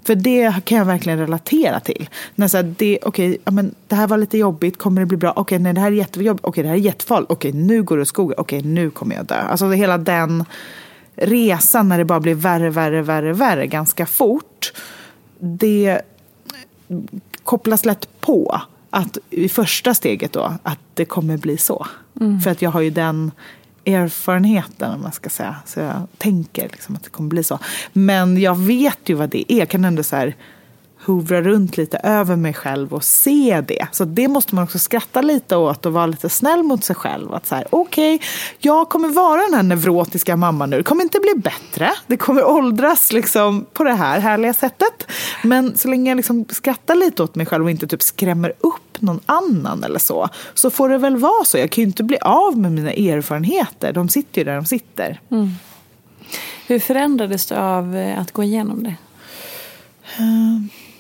För det kan jag verkligen relatera till. När så här, det, okej, ja, men det här var lite jobbigt, kommer det bli bra? Okej, nej, det här är jättejobbigt. Okej, det här är jättefarligt. Okej, nu går det i skogen. Okej, nu kommer jag dö. Alltså hela den resan när det bara blir värre, värre, värre, värre ganska fort. Det kopplas lätt på att i första steget då att det kommer bli så. Mm. För att jag har ju den erfarenheten, om man ska säga. Så jag tänker liksom att det kommer bli så. Men jag vet ju vad det är. Jag kan ändå så här hovra runt lite över mig själv och se det. Så det måste man också skratta lite åt och vara lite snäll mot sig själv. Att så här, okej, okay, jag kommer vara den här neurotiska mamman nu. Det kommer inte bli bättre. Det kommer åldras liksom på det här härliga sättet. Men så länge jag liksom skrattar lite åt mig själv och inte typ skrämmer upp någon annan eller så, så får det väl vara så. Jag kan ju inte bli av med mina erfarenheter. De sitter ju där de sitter. Mm. Hur förändrades du av att gå igenom det? Uh...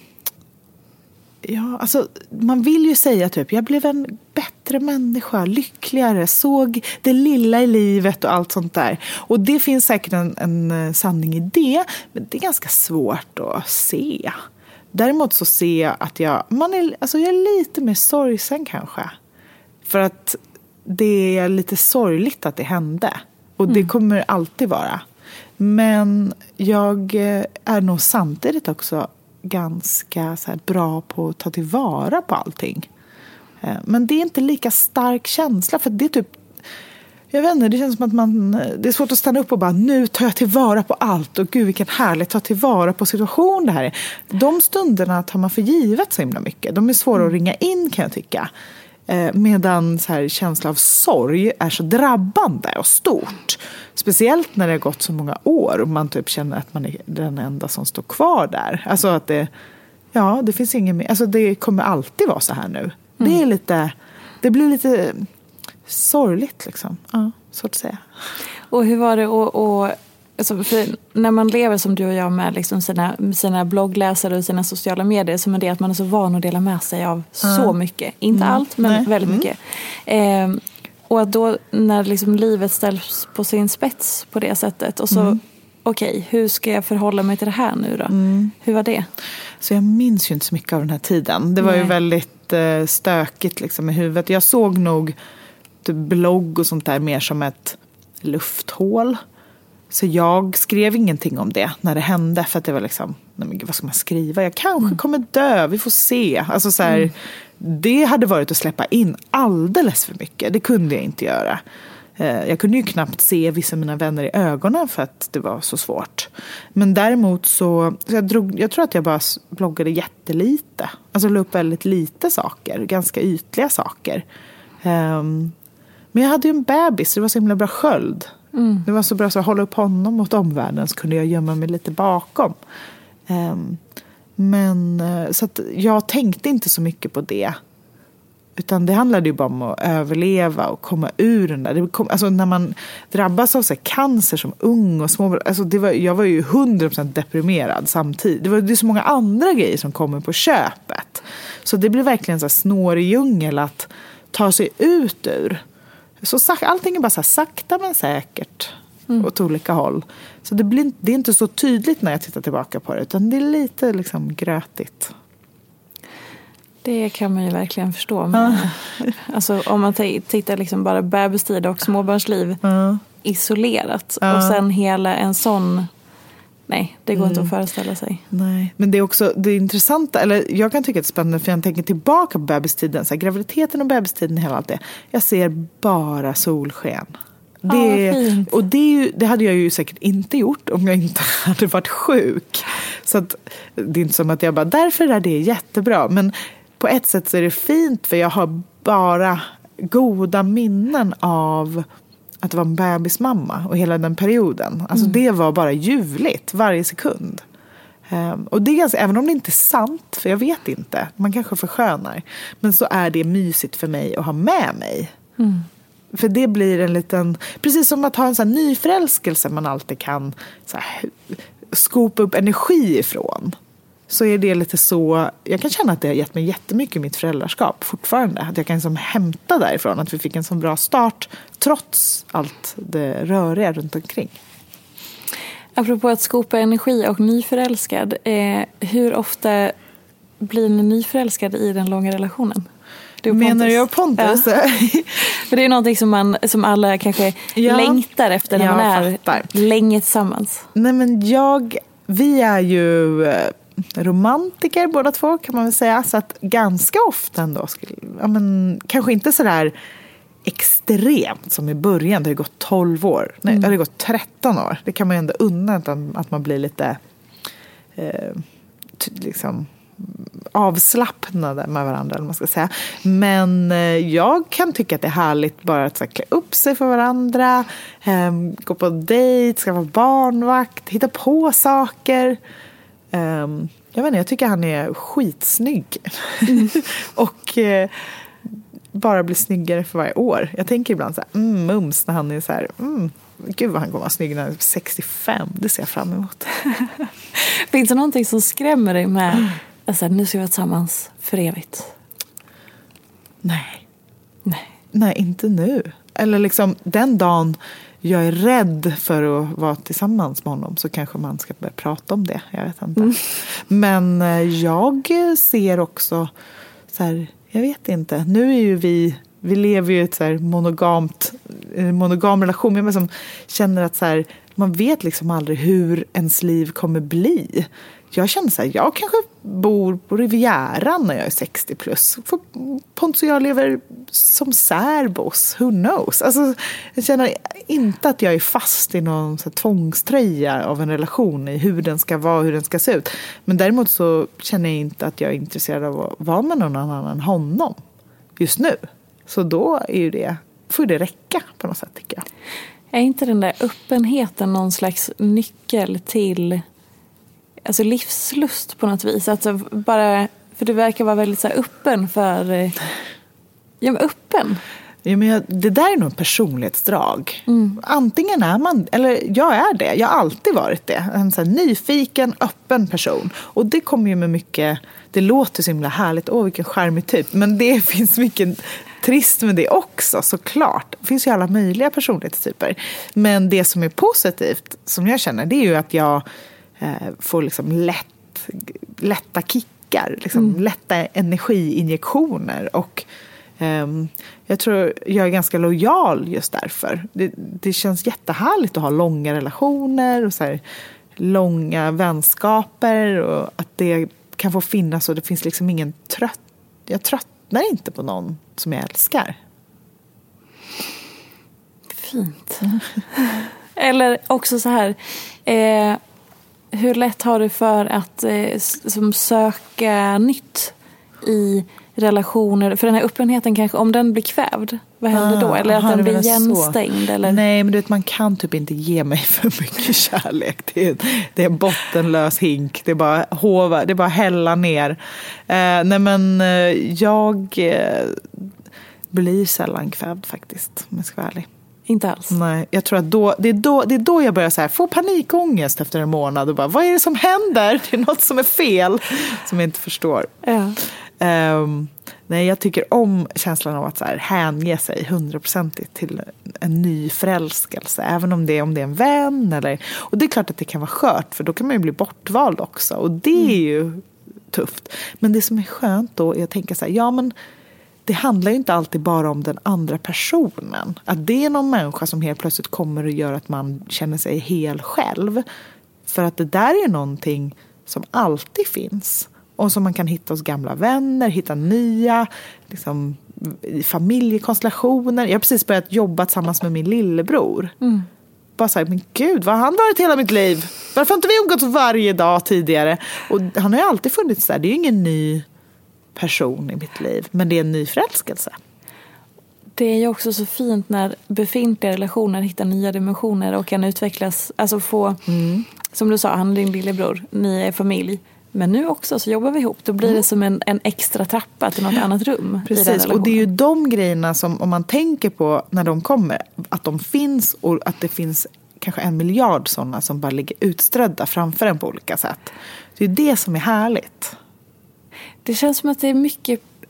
Ja, alltså man vill ju säga typ, jag blev en bättre människa, lyckligare, såg det lilla i livet och allt sånt där. Och det finns säkert en, en sanning i det, men det är ganska svårt att se. Däremot så ser jag att jag, man är, alltså jag är lite mer sorgsen kanske. För att det är lite sorgligt att det hände. Och det mm. kommer alltid vara. Men jag är nog samtidigt också ganska så här bra på att ta tillvara på allting. Men det är inte lika stark känsla, för det är typ, jag vet inte, det känns som att man, det är svårt att stanna upp och bara, nu tar jag tillvara på allt och gud vilken härligt, ta tillvara på situation det här är. De stunderna tar man för givet så himla mycket. De är svåra att ringa in, kan jag tycka. Medan så här, känsla av sorg är så drabbande och stort. Speciellt när det har gått så många år och man typ känner att man är den enda som står kvar där. Alltså att det, ja, det finns ingen mer. Alltså det kommer alltid vara så här nu. Mm. Det är lite, det blir lite sorgligt liksom. Ja, så att säga. Och hur var det och, och alltså för när man lever som du och jag med liksom sina, sina bloggläsare och sina sociala medier, som är det att man är så van att dela med sig av mm. så mycket. Inte mm. allt, men Nej. väldigt mm. mycket. Eh, och att då när liksom livet ställs på sin spets på det sättet och så, mm. okej, okay, hur ska jag förhålla mig till det här nu då? Mm. Hur var det? Så jag minns ju inte så mycket av den här tiden. Det var Nej. ju väldigt eh, stökigt liksom i huvudet. Jag såg nog typ blogg och sånt där mer som ett lufthål. Så jag skrev ingenting om det när det hände, för att det var liksom, nej men vad ska man skriva? Jag kanske mm. kommer dö, vi får se. Alltså så här, mm. det hade varit att släppa in alldeles för mycket. Det kunde jag inte göra. Jag kunde ju knappt se vissa av mina vänner i ögonen för att det var så svårt. Men däremot så, så jag, drog, jag tror att jag bara bloggade jättelite. Alltså la upp väldigt lite saker, ganska ytliga saker. Um, men jag hade ju en bebis, det var så himla bra sköld. Mm. Det var så bra så att hålla upp honom mot omvärlden, så kunde jag gömma mig lite bakom. Um, men så att jag tänkte inte så mycket på det. Utan det handlade ju bara om att överleva och komma ur den där. Det kom, alltså när man drabbas av så här cancer som ung och små, alltså det var, jag var ju hundra procent deprimerad samtidigt. Det var det är så många andra grejer som kommer på köpet. Så det blir verkligen så här snårig djungel att ta sig ut ur. Så allting är bara så här sakta men säkert mm. åt olika håll. Så det, blir, det är inte så tydligt när jag tittar tillbaka på det, utan det är lite liksom grötigt. Det kan man ju verkligen förstå. Men, uh. alltså, om man t- tittar liksom bara bebistid och småbarnsliv uh. isolerat. Uh. Och sen hela en sån... Nej, det går mm. inte att föreställa sig. Nej, men det är också det är intressanta, eller jag kan tycka att det är spännande, för jag tänker tillbaka på bebistiden, så här, graviditeten och bebistiden, hela allt det. Jag ser bara solsken. Det, ah, och det, är ju, det hade jag ju säkert inte gjort om jag inte hade varit sjuk. Så att, det är inte som att jag bara, därför är det jättebra. Men på ett sätt så är det fint, för jag har bara goda minnen av att vara en bebismamma och hela den perioden. Alltså mm. det var bara ljuvligt varje sekund. Um, och det är ganska, även om det inte är sant, för jag vet inte, man kanske förskönar, men så är det mysigt för mig att ha med mig. Mm. För det blir en liten, precis som att ha en sån här nyförälskelse man alltid kan så här, skopa upp energi ifrån. Så är det lite så, jag kan känna att det har gett mig jättemycket i mitt föräldraskap fortfarande. Att jag kan liksom hämta därifrån att vi fick en så bra start trots allt det röriga runt omkring. Apropå att skopa energi och nyförälskad. Eh, hur ofta blir ni nyförälskad i den långa relationen? Du Menar jag Pontus? Ja. För det är någonting som, man, som alla kanske ja. längtar efter när jag man är fattar. länge tillsammans. Nej, men jag, vi är ju romantiker båda två, kan man väl säga. Så att ganska ofta ändå, skulle, ja, men, kanske inte sådär extremt som i början. Det har gått tolv år. Nej, mm. det har gått tretton år. Det kan man ju ändå unna att man blir lite eh, liksom avslappnade med varandra, eller man ska säga. Men eh, jag kan tycka att det är härligt bara att så här, klä upp sig för varandra, eh, gå på dejt, skaffa barnvakt, hitta på saker. Eh, jag vet inte, jag tycker han är skitsnygg. Mm. och eh, bara blir snyggare för varje år. Jag tänker ibland så här, mm, mums när han är så här, mm, gud vad han kommer vara snygg när han är sextiofem. Det ser jag fram emot. Finns det någonting som skrämmer dig med mm. alltså, nu ska vi vara tillsammans för evigt? Nej. Nej. Nej, inte nu. Eller liksom den dagen jag är rädd för att vara tillsammans med honom så kanske man ska börja prata om det. Jag vet inte. Mm. Men jag ser också så här, jag vet inte. Nu är ju vi, vi lever ju i ett så här monogamt, monogam relation. Men som känner att så här, man vet liksom aldrig hur ens liv kommer bli. Jag känner så här, jag kanske bor på Rivieran när jag är sextio plus. Pontus och jag lever som särbos. Who knows? Alltså, jag känner inte att jag är fast i någon så här tvångströja av en relation i hur den ska vara och hur den ska se ut. Men däremot så känner jag inte att jag är intresserad av att vara med någon annan än honom just nu. Så då är ju det, får det räcka på något sätt, tycker jag. Är inte den där öppenheten någon slags nyckel till alltså livslust på något vis? Alltså bara, för du verkar vara väldigt så här öppen för... Ja, men öppen. Ja, men jag, det där är nog en personlighetsdrag. Mm. Antingen är man, eller jag är det. Jag har alltid varit det. En så här nyfiken, öppen person. Och det kommer ju med mycket... Det låter så himla härligt. Åh, vilken charmig typ. Men det finns mycket trist med det också, såklart. Det finns ju alla möjliga personlighetstyper. Men det som är positivt, som jag känner, det är ju att jag eh, får liksom lätt, lätta kickar. Liksom mm. lätta energiinjektioner. Och eh, jag tror jag är ganska lojal just därför. Det, det känns jättehärligt att ha långa relationer och så här, långa vänskaper. Och att det kan få finnas och det finns liksom ingen trött. Jag tröttnar inte på någon som jag älskar. Fint. Mm. Eller också så här. Eh, hur lätt har du för att eh, som söka nytt i relationer? För den här öppenheten kanske, om den blir kvävd, vad händer ah, då? Eller att den blir igenstängd? Eller? Nej, men du vet, man kan typ inte ge mig för mycket kärlek. Det är, det är en bottenlös hink. Det är bara hova, det är bara hälla ner. Eh, nej, men eh, jag eh, blir sällan kvävd faktiskt, om jag ska vara ärlig. Inte alls. Nej, jag tror att då, det, är då, det är då jag börjar så här, få panikångest efter en månad och bara, vad är det som händer? Det är något som är fel som jag inte förstår. Ja. Um, nej, jag tycker om känslan av att så här, hänge sig hundraprocentigt till en ny förälskelse, även om det, om det är en vän eller, och det är klart att det kan vara skört, för då kan man ju bli bortvald också, och det är ju tufft. Men det som är skönt då är att tänka så här, ja men det handlar ju inte alltid bara om den andra personen. Att det är någon människa som helt plötsligt kommer och gör att man känner sig hel själv. För att det där är ju någonting som alltid finns. Och som man kan hitta hos gamla vänner, hitta nya liksom, familjekonstellationer. Jag har precis börjat jobba tillsammans med min lillebror. Mm. Bara så här, men gud, vad har han varit hela mitt liv? Varför har inte vi umgåtts varje dag tidigare? Och han har ju alltid funnits där. Det är ju ingen ny person i mitt liv, men det är en ny förälskelse. Det är ju också så fint när befintliga relationer hittar nya dimensioner och kan utvecklas, alltså få, mm. som du sa, han är din lillebror, ni är familj, men nu också så jobbar vi ihop, då blir mm. det som en, en extra trappa till något annat rum. Precis, och det är ju de grejerna som, om man tänker på när de kommer, att de finns och att det finns kanske en miljard sådana som bara ligger utströdda framför en på olika sätt. Det är det som är härligt. Det känns som att det är mycket, alltså,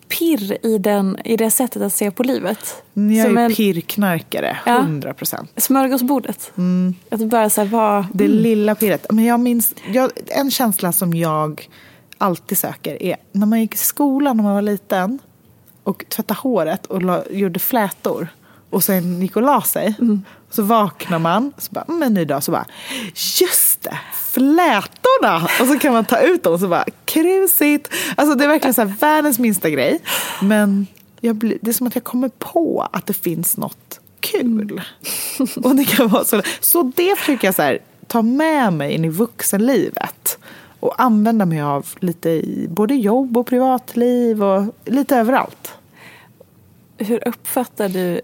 pirr i, den, i det sättet att se på livet. Ni är som ju en pirrknarkare, hundra procent. Ja, smörgåsbordet. Mm. Att bara så här var... Det mm. lilla pirret. Men jag minns, jag, en känsla som jag alltid söker är när man gick i skolan när man var liten och tvättade håret och la, gjorde flätor och sen gick och la sig. Mm. Så vaknar man så bara, men idag så bara, just det, flätorna! Och så kan man ta ut dem och så bara, krusigt. Alltså det är verkligen så här världens minsta grej. Men jag blir, det är som att jag kommer på att det finns något kul. Mm. Och det kan vara så. Så det försöker jag så här, ta med mig in i vuxenlivet. Och använda mig av lite i både jobb och privatliv och lite överallt. Hur uppfattar du,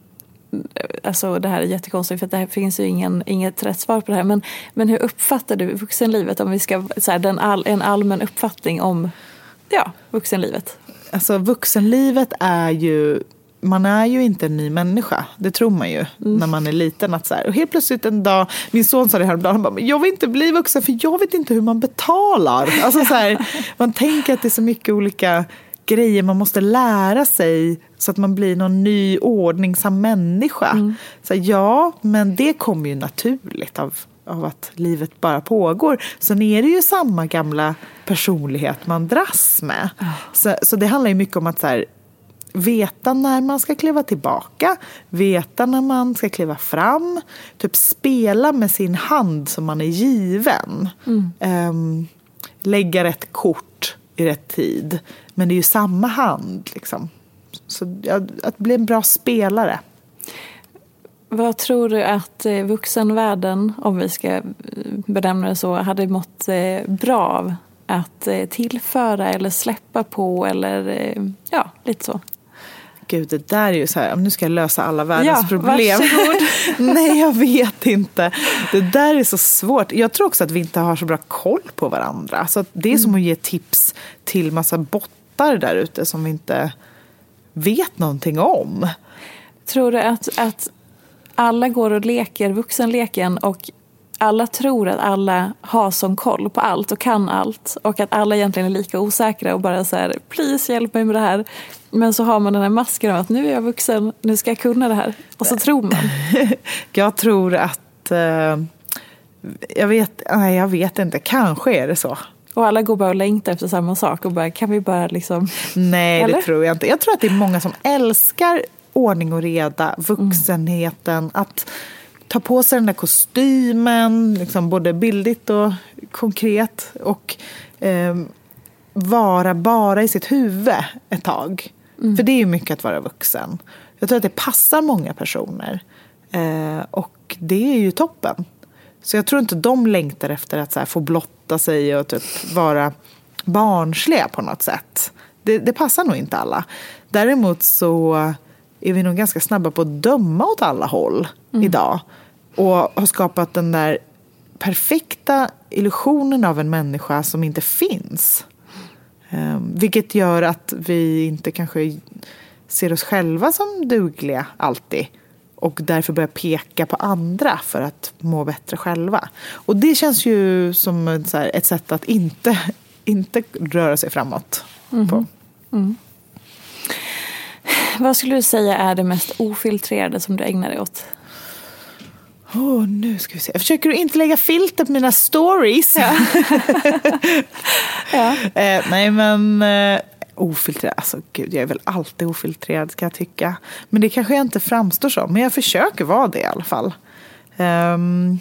alltså det här är jättekonstigt för det här finns ju ingen, inget rätt svar på det här, men, men hur uppfattar du vuxenlivet om vi ska, så här, den all, en allmän uppfattning om ja, vuxenlivet? Alltså vuxenlivet är ju, man är ju inte en ny människa. Det tror man ju mm. när man är liten. Att så här, och helt plötsligt en dag, min son sa det häromdagen, han bara, jag vill inte bli vuxen för jag vet inte hur man betalar. Alltså så här, man tänker att det är så mycket olika grejer man måste lära sig så att man blir någon ny ordningsam människa. Mm. Så här, ja, men det kommer ju naturligt av, av att livet bara pågår. Så är det ju samma gamla personlighet man dras med. Oh. Så, så det handlar ju mycket om att så här, veta när man ska kliva tillbaka, veta när man ska kliva fram, typ spela med sin hand som man är given. Mm. Um, lägga rätt kort i rätt tid. Men det är ju samma hand liksom. Så ja, att bli en bra spelare. Vad tror du att vuxenvärlden, om vi ska benämna det så, hade mått bra av att tillföra eller släppa på eller ja, lite så? Gud, det där är ju så här, nu ska jag lösa alla världens ja, problem. Nej, jag vet inte. Det där är så svårt. Jag tror också att vi inte har så bra koll på varandra. Så att det är mm. som att ge tips till massa bottar där ute som vi inte vet någonting om. Tror du att, att alla går och leker vuxenleken och alla tror att alla har som koll på allt och kan allt och att alla egentligen är lika osäkra och bara så här, please hjälp mig med det här. Men så har man den här masken av att nu är jag vuxen, nu ska jag kunna det här. Och så tror man. Jag tror att eh, jag vet, nej jag vet inte, kanske är det så. Och alla går bara och längtar efter samma sak och bara, kan vi bara liksom... Nej, eller? Det tror jag inte. Jag tror att det är många som älskar ordning och reda, vuxenheten, mm. att ta på sig den där kostymen, liksom både bildligt och konkret, och eh, vara bara i sitt huvud ett tag. Mm. För det är ju mycket att vara vuxen. Jag tror att det passar många personer. Eh, och det är ju toppen. Så jag tror inte de längtar efter att så här, få blotta sig och typ vara barnsliga på något sätt. Det, det passar nog inte alla. Däremot så är vi nog ganska snabba på att döma åt alla håll mm. idag. Och har skapat den där perfekta illusionen av en människa som inte finns. Um, vilket gör att vi inte kanske ser oss själva som dugliga alltid. Och därför börjar peka på andra för att må bättre själva. Och det känns ju som ett, så här, ett sätt att inte, inte röra sig framåt mm. på. Mm. Vad skulle du säga är det mest ofiltrerade som du ägnar dig åt? Oh, nu ska vi se. Jag försöker inte lägga filter på mina stories. Ja. ja. Eh, nej, men eh, ofiltrerad. Alltså, gud, jag är väl alltid ofiltrerad, ska jag tycka. Men det kanske jag inte framstår som. Men jag försöker vara det i alla fall. Um,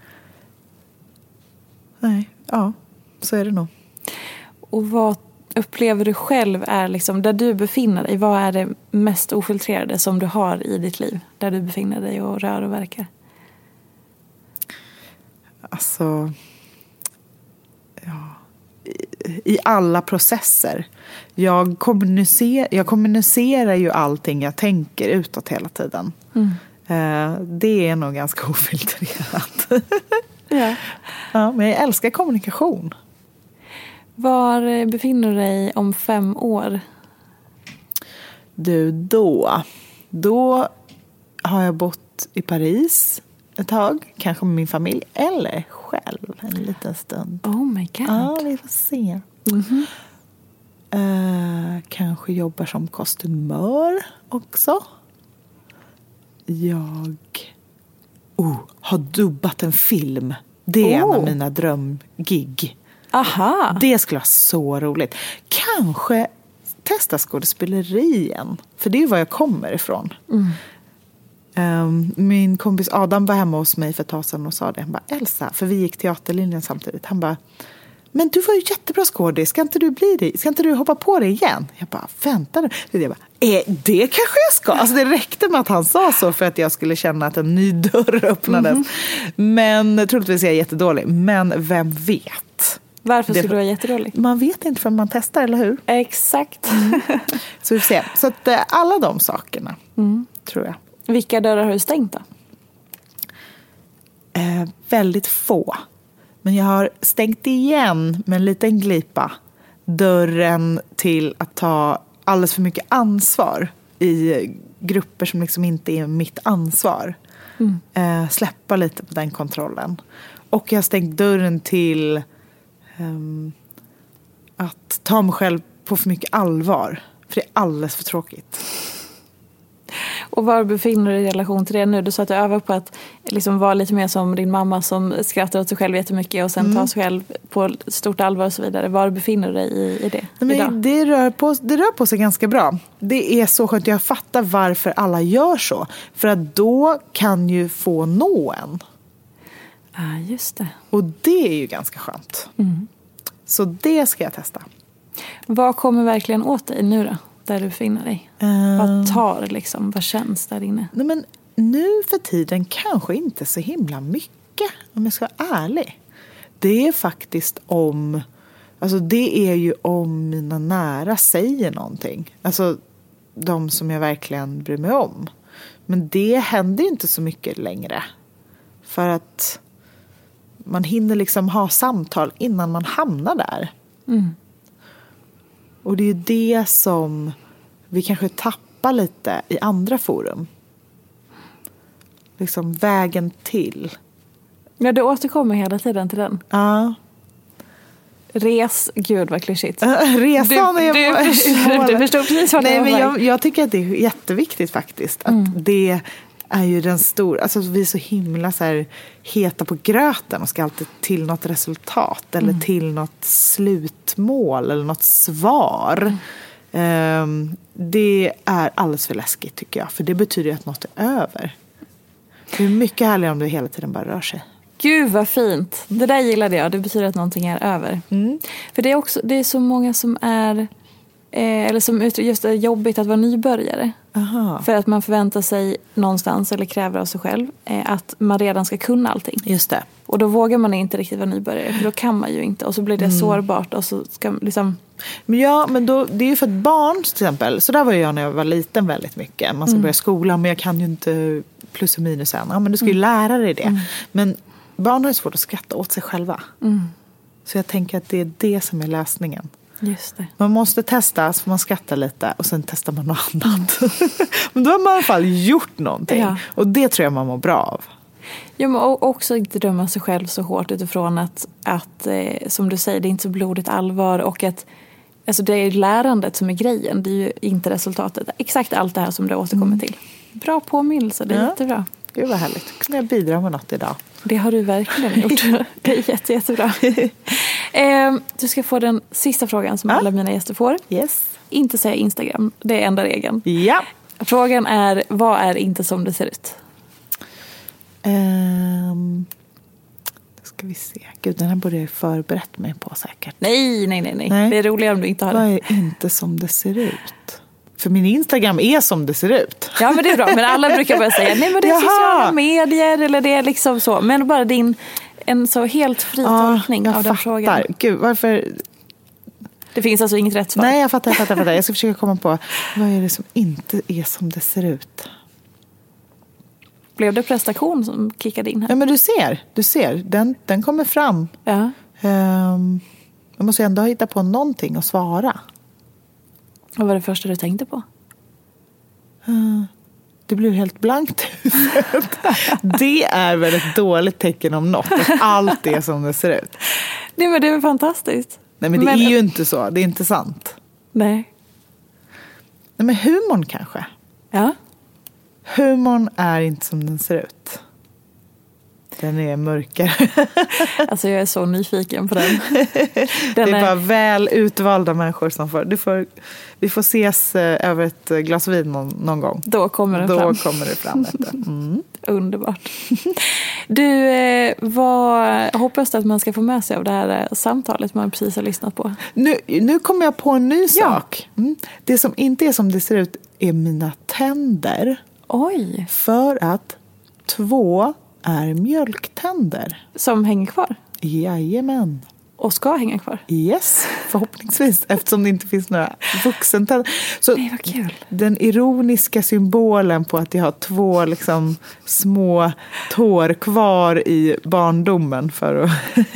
nej, ja, så är det nog. Och vad upplever du själv är liksom, där du befinner dig? Vad är det mest ofiltrerade som du har i ditt liv? Där du befinner dig och rör och verkar? Alltså, ja, i, i alla processer. Jag kommunicerar, jag kommunicerar ju allting jag tänker utåt hela tiden. Mm. Eh, det är nog ganska ofiltrerat. ja. Ja, men jag älskar kommunikation. Var befinner du dig om fem år? Du, då, då har jag bott i Paris ett tag, kanske med min familj eller själv en liten stund. Oh my god. Ja, vi får se. Mm-hmm. Uh, kanske jobbar som kostymör också. Jag oh, har dubbat en film. Det är oh. en av mina drömgig. Aha. Det skulle vara så roligt. Kanske testa skådespeleri igen. För det är vad jag kommer ifrån. Mm. Um, min kompis Adam var hemma hos mig för ett tag sedan och sa det. Han bara, Elsa, för vi gick teaterlinjen samtidigt. Han bara, men du var ju jättebra skådis. Ska inte du bli det? Ska inte du hoppa på det igen? Jag bara, vänta nu. Jag bara, eh, det kanske jag ska. Alltså det räckte med att han sa så för att jag skulle känna att en ny dörr öppnades. Mm. Men troligtvis är jag jättedålig. Men vem vet? Varför skulle det, du vara jättedålig? Man vet inte förrän man testar, eller hur? Exakt. Mm. Så vi får se. Så att äh, alla de sakerna, mm. tror jag. Vilka dörrar har du stängt då? Eh, väldigt få. Men jag har stängt igen med en liten glipa dörren till att ta alldeles för mycket ansvar i grupper som liksom inte är mitt ansvar. Mm. Eh, släppa lite på den kontrollen. Och jag har stängt dörren till um, att ta mig själv på för mycket allvar. För det är alldeles för tråkigt. Och var befinner du dig i relation till det nu? Du sa att du övar på att liksom vara lite mer som din mamma som skrattar åt sig själv jättemycket och sen mm. tar sig själv på stort allvar och så vidare. Var befinner du dig i, i det Men idag? Det rör, på, det rör på sig ganska bra. Det är så skönt. Jag fattar varför alla gör så. För att då kan ju få nå en. Ja, ah, just det. Och det är ju ganska skönt. Mm. Så det ska jag testa. Vad kommer verkligen åt dig nu då? Där du finner dig? Uh, vad tar liksom? Vad känns där inne? Nej, men nu för tiden kanske inte så himla mycket, om jag ska vara ärlig. Det är faktiskt om... Alltså det är ju om mina nära säger någonting. Alltså de som jag verkligen bryr mig om. Men det händer ju inte så mycket längre. För att man hinner liksom ha samtal innan man hamnar där. Mm. Och det är ju det som vi kanske tappar lite i andra forum. Liksom vägen till. Ja, du återkommer hela tiden till den. Ja. Res, gud vad klyschigt. Resan du, är du, förstår, du förstår precis vad det Nej, var. Men jag, jag tycker att det är jätteviktigt faktiskt. Att mm. det är ju den stora... Alltså vi är så himla så här heta på gröten och ska alltid till något resultat. Eller mm. till något slutmål eller något svar. Mm. Um, det är alldeles för läskigt tycker jag. För det betyder att något är över. Det är mycket härligare om det hela tiden bara rör sig. Gud vad fint. Det där gillade jag. Det betyder att någonting är över. Mm. För det är också det är så många som är eh, eller som just är jobbigt att vara nybörjare. Aha. För att man förväntar sig någonstans eller kräver av sig själv eh, att man redan ska kunna allting. Just det. Och då vågar man inte riktigt vara nybörjare. För då kan man ju inte. Och så blir det mm. sårbart. Och så ska liksom... Men ja, men då, det är ju för ett barn till exempel. Så där var jag när jag var liten väldigt mycket. Man ska mm. börja skolan men jag kan ju inte plus och minus än. Ja, men du ska ju mm. lära dig det. Mm. Men barn har ju svårt att skratta åt sig själva. Mm. Så jag tänker att det är det som är lösningen. Just det. Man måste testa så får man skratta lite och sen testar man något annat. Men då har man i alla fall gjort någonting. Ja. Och det tror jag man mår bra av. Ja, men också inte döma sig själv så hårt utifrån att, att eh, som du säger, det är inte så blodigt allvar och att alltså det är lärandet som är grejen, det är ju inte resultatet. Exakt allt det här som du återkommer mm. till. Bra påminnelse, det är ja. jättebra. Gud vad härligt, kan jag bidra med något idag? Det har du verkligen gjort. Det är jätte, jättebra. eh, du ska få den sista frågan som ah. alla mina gäster får. Yes. Inte säga Instagram, det är enda regeln. Ja. Frågan är, vad är inte som det ser ut? Um, då ska vi se. Gud, den här borde jag förberett mig på säkert. Nej, nej, nej, nej. nej. Det är roligare om du inte har det. Vad är inte som det ser ut? För min Instagram är som det ser ut. Ja, men det är bra. Men alla brukar bara säga, nej men det är Jaha. sociala medier eller det är liksom så. Men bara din, en så helt fri tolkning ja, av den fattar. Frågan. Gud, varför... Det finns alltså inget rätt svar. Nej, jag fattar, jag fattar, jag fattar. Jag ska försöka komma på, vad är det som inte är som det ser ut? Blev det prestation som kickade in här? Ja, men du ser, du ser. Den, den kommer fram. Ja. Um, jag måste ändå hitta på någonting att svara. Vad var det första du tänkte på? Uh, det blev helt blankt. Det är väl ett dåligt tecken om något. Att allt är som det ser ut. Nej, men det är fantastiskt. Nej, men det men... är ju inte så. Det är inte sant. Nej. Nej, men humorn kanske. Ja. Humorn är inte som den ser ut. Den är mörkare. Alltså jag är så nyfiken på den. den det är, är bara väl utvalda människor som får, du får... Vi får ses över ett glas vin någon, någon gång. Då kommer den Då fram. Då kommer det fram. Mm. Underbart. Du, vad hoppas du att man ska få med sig av det här samtalet man precis har lyssnat på? Nu, nu kommer jag på en ny ja. sak. Mm. Det som inte är som det ser ut är mina tänder. Oj. För att två är mjölktänder. Som hänger kvar? Jajamän. Och ska hänga kvar? Yes, förhoppningsvis. Eftersom det inte finns några vuxentänder. Så nej, vad kul. Den ironiska symbolen på att jag har två liksom, små tår kvar i barndomen för att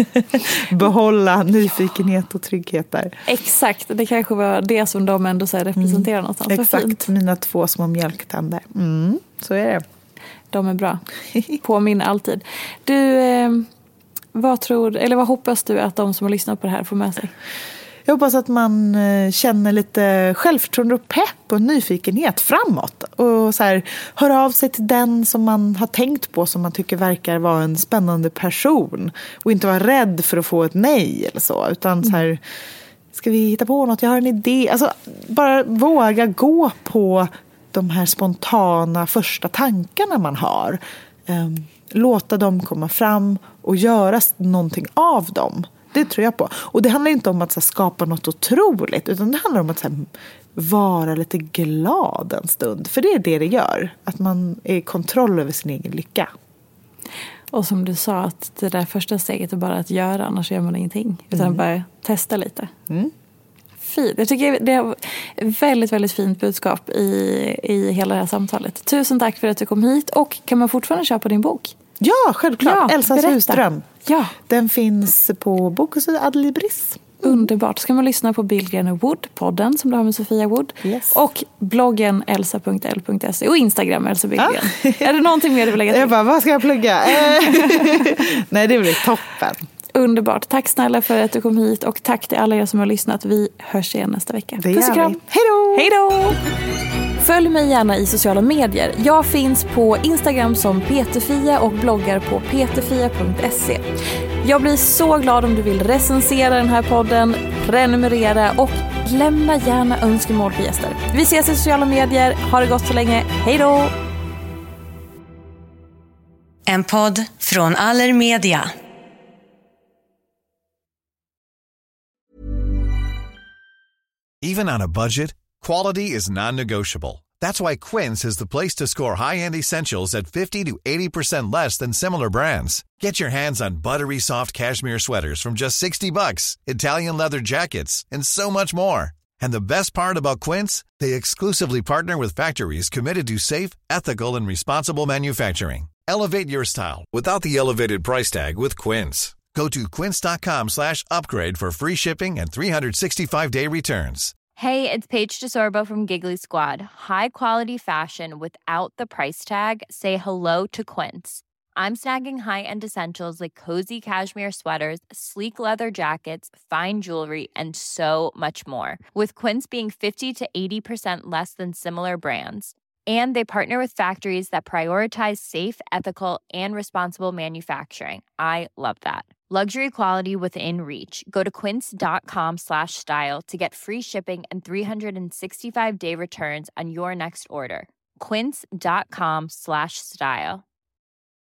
behålla nyfikenhet och trygghet där. Exakt, det kanske var det som de ändå så här representerar mm. någonstans. Exakt, fint. Mina två små mjölktänder. Mm, så är det. De är bra. Påminner alltid. Du... Eh... Vad tror, eller vad hoppas du att de som har lyssnat på det här får med sig? Jag hoppas att man känner lite självförtroende och pepp och nyfikenhet framåt. Och så här, hör av sig till den som man har tänkt på som man tycker verkar vara en spännande person. Och inte vara rädd för att få ett nej eller så. Utan så här, ska vi hitta på något? Jag har en idé. Alltså, bara våga gå på de här spontana första tankarna man har. Um, låta dem komma fram och göra någonting av dem. Det tror jag på. Och det handlar inte om att så här, skapa något otroligt, utan det handlar om att så här, vara lite glad en stund. För det är det det gör. Att man är i kontroll över sin egen lycka. Och som du sa, att det där första steget är bara att göra, annars gör man ingenting. Utan mm. bara testa lite. Mm. Fint. Jag tycker det är ett väldigt, väldigt fint budskap i, i hela det här samtalet. Tusen tack för att du kom hit. Och kan man fortfarande köpa din bok? Ja, självklart. Ja, Elsas berätta. Husdröm. Ja. Den finns på Bokhuset Adlibris. Mm. Underbart. Ska man lyssna på Billgren och Wood-podden som du har med Sofia Wood. Yes. Och bloggen elsa punkt l punkt se och Instagram Elsa Billgren. Ah. Är det någonting mer du vill lägga till? Jag bara, vad ska jag plugga? Nej, det blir toppen. Underbart. Tack snälla för att du kom hit och tack till alla er som har lyssnat. Vi hörs igen nästa vecka. Det Puss och kram. Hej då! Hej då! Följ mig gärna i sociala medier. Jag finns på Instagram som Peterfia och bloggar på peterfia punkt se. Jag blir så glad om du vill recensera den här podden, prenumerera och lämna gärna önskemål på gäster. Vi ses i sociala medier. Ha det gott så länge. Hej då! En podd från Allermedia. Even on a budget, quality is non-negotiable. That's why Quince is the place to score high-end essentials at fifty to eighty percent less than similar brands. Get your hands on buttery soft cashmere sweaters from just sixty bucks, Italian leather jackets, and so much more. And the best part about Quince, they exclusively partner with factories committed to safe, ethical, and responsible manufacturing. Elevate your style without the elevated price tag with Quince. Go to quince.com slash upgrade for free shipping and three sixty-five day returns. Hey, it's Paige DeSorbo from Giggly Squad. High quality fashion without the price tag. Say hello to Quince. I'm snagging high-end essentials like cozy cashmere sweaters, sleek leather jackets, fine jewelry, and so much more. With Quince being fifty to eighty percent less than similar brands. And they partner with factories that prioritize safe, ethical, and responsible manufacturing. I love that. Luxury quality within reach. Go to quince.com slash style to get free shipping and three sixty-five day returns on your next order. Quince.com slash style.